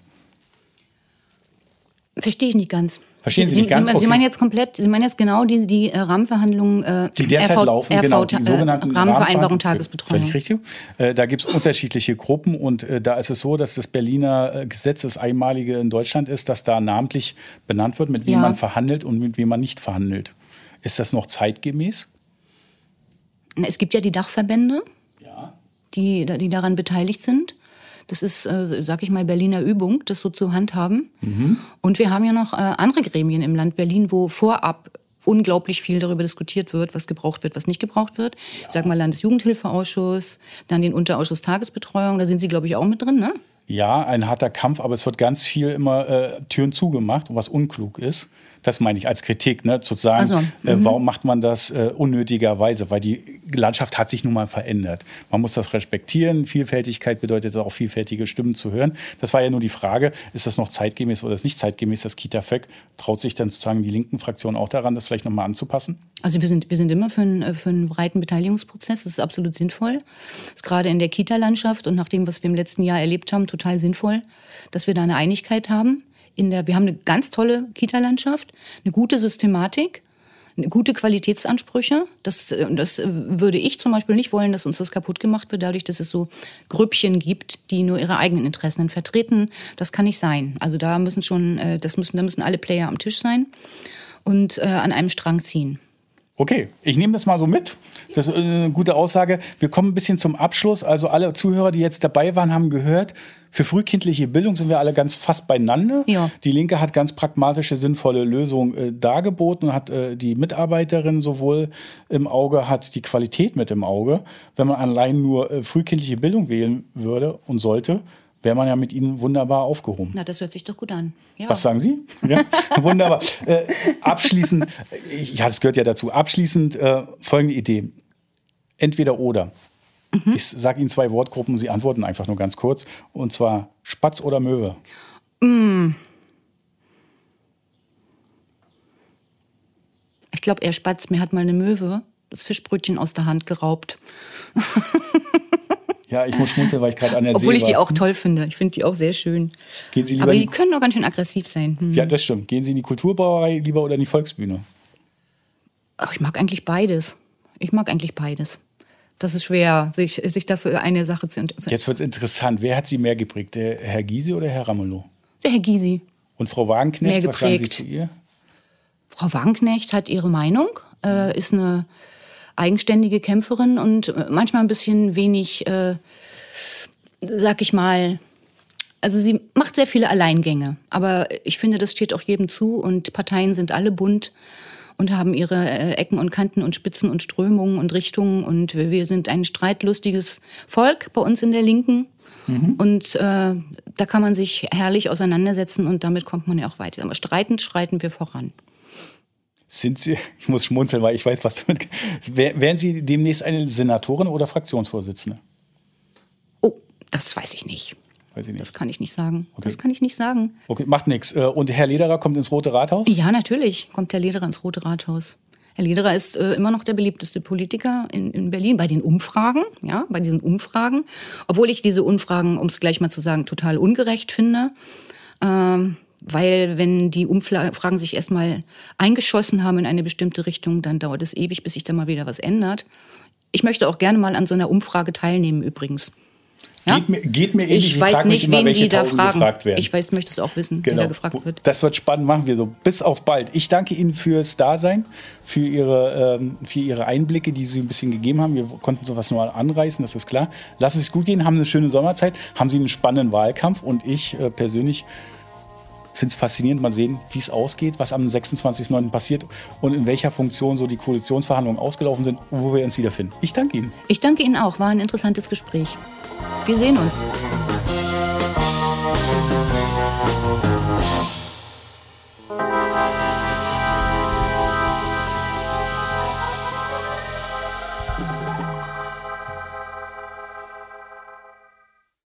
Verstehe ich nicht ganz. Verstehen Sie nicht ganz? Sie meinen jetzt genau die Rahmenverhandlungen, die derzeit laufen, genau, die sogenannten Rahmenvereinbarung Tagesbetreuung. Völlig richtig. Da gibt es unterschiedliche Gruppen und da ist es so, dass das Berliner Gesetz das einmalige in Deutschland ist, dass da namentlich benannt wird, mit wem man verhandelt und mit wem man nicht verhandelt. Ist das noch zeitgemäß? Es gibt ja die Dachverbände, die daran beteiligt sind. Das ist, sag ich mal, Berliner Übung, das so zu handhaben. Mhm. Und wir haben ja noch andere Gremien im Land Berlin, wo vorab unglaublich viel darüber diskutiert wird, was gebraucht wird, was nicht gebraucht wird. Ja. Ich sag mal Landesjugendhilfeausschuss, dann den Unterausschuss Tagesbetreuung, da sind Sie, glaube ich, auch mit drin, ne? Ja, ein harter Kampf, aber es wird ganz viel immer Türen zugemacht, was unklug ist. Das meine ich als Kritik, ne? Zu sagen, warum macht man das unnötigerweise? Weil die Landschaft hat sich nun mal verändert. Man muss das respektieren. Vielfältigkeit bedeutet auch, vielfältige Stimmen zu hören. Das war ja nur die Frage, ist das noch zeitgemäß oder ist nicht zeitgemäß? Das Kita-FÖG traut sich dann sozusagen die linken Fraktionen auch daran, das vielleicht nochmal anzupassen? Also wir sind immer für einen breiten Beteiligungsprozess. Das ist absolut sinnvoll. Das ist gerade in der Kita-Landschaft und nach dem, was wir im letzten Jahr erlebt haben, total sinnvoll, dass wir da eine Einigkeit haben. Wir haben eine ganz tolle Kita-Landschaft, eine gute Systematik, gute Qualitätsansprüche. Das würde ich zum Beispiel nicht wollen, dass uns das kaputt gemacht wird, dadurch, dass es so Grüppchen gibt, die nur ihre eigenen Interessen vertreten. Das kann nicht sein. Also da müssen alle Player am Tisch sein und an einem Strang ziehen. Okay, ich nehme das mal so mit. Das ist eine gute Aussage. Wir kommen ein bisschen zum Abschluss. Also alle Zuhörer, die jetzt dabei waren, haben gehört, für frühkindliche Bildung sind wir alle ganz fast beieinander. Ja. Die Linke hat ganz pragmatische, sinnvolle Lösungen dargeboten, hat die Mitarbeiterin sowohl im Auge, hat die Qualität mit im Auge. Wenn man allein nur frühkindliche Bildung wählen würde und sollte, wäre man ja mit ihnen wunderbar aufgehoben. Na, das hört sich doch gut an. Ja. Was sagen Sie? Ja, wunderbar. Abschließend, ja, das gehört ja dazu. Abschließend folgende Idee. Entweder oder. Ich sage Ihnen 2 Wortgruppen, Sie antworten einfach nur ganz kurz. Und zwar Spatz oder Möwe. Ich glaube, eher Spatz. Mir hat mal eine Möwe das Fischbrötchen aus der Hand geraubt. Ja, ich muss schmunzeln, weil ich gerade an der See war. Obwohl ich die auch toll finde. Ich finde die auch sehr schön. Gehen Sie lieber Aber die können auch ganz schön aggressiv sein. Ja, das stimmt. Gehen Sie in die Kulturbrauerei lieber oder in die Volksbühne? Ach, ich mag eigentlich beides. Das ist schwer, sich dafür eine Sache zu entscheiden. Jetzt wird es interessant. Wer hat Sie mehr geprägt? Der Herr Gysi oder Herr Ramelow? Der Herr Gysi. Und Frau Wagenknecht, Mehr was sagen Sie geprägt. zu ihr? Frau Wagenknecht hat ihre Meinung, ist eine eigenständige Kämpferin und manchmal ein bisschen wenig, sag ich mal, also sie macht sehr viele Alleingänge. Aber ich finde, das steht auch jedem zu und Parteien sind alle bunt und haben ihre Ecken und Kanten und Spitzen und Strömungen und Richtungen. Und wir sind ein streitlustiges Volk bei uns in der Linken. Und da kann man sich herrlich auseinandersetzen und damit kommt man ja auch weiter. Aber schreiten wir voran. Sind Sie, ich muss schmunzeln, weil ich weiß, was damit. Wären Sie demnächst eine Senatorin oder Fraktionsvorsitzende? Oh, das weiß ich nicht. Weiß ich nicht. Das kann ich nicht sagen. Okay. Das kann ich nicht sagen. Okay, macht nichts. Und Herr Lederer kommt ins Rote Rathaus? Ja, natürlich kommt Herr Lederer ins Rote Rathaus. Herr Lederer ist immer noch der beliebteste Politiker in Berlin bei den Umfragen, ja, bei diesen Umfragen. Obwohl ich diese Umfragen, um es gleich mal zu sagen, total ungerecht finde. Weil wenn die Umfragen sich erstmal eingeschossen haben in eine bestimmte Richtung, dann dauert es ewig, bis sich da mal wieder was ändert. Ich möchte auch gerne mal an so einer Umfrage teilnehmen übrigens. Ja? Geht mir ähnlich. Ich weiß nicht, wen die da fragen. Gefragt werden. Ich möchte es auch wissen, Genau. wer da gefragt wird. Das wird spannend, machen wir so. Bis auf bald. Ich danke Ihnen fürs Dasein, für Ihre Einblicke, die Sie ein bisschen gegeben haben. Wir konnten sowas nur anreißen, das ist klar. Lassen Sie es gut gehen, haben eine schöne Sommerzeit, haben Sie einen spannenden Wahlkampf und ich persönlich finde es faszinierend, mal sehen, wie es ausgeht, was am 26.09. passiert und in welcher Funktion so die Koalitionsverhandlungen ausgelaufen sind und wo wir uns wiederfinden. Ich danke Ihnen. Ich danke Ihnen auch. War ein interessantes Gespräch. Wir sehen uns.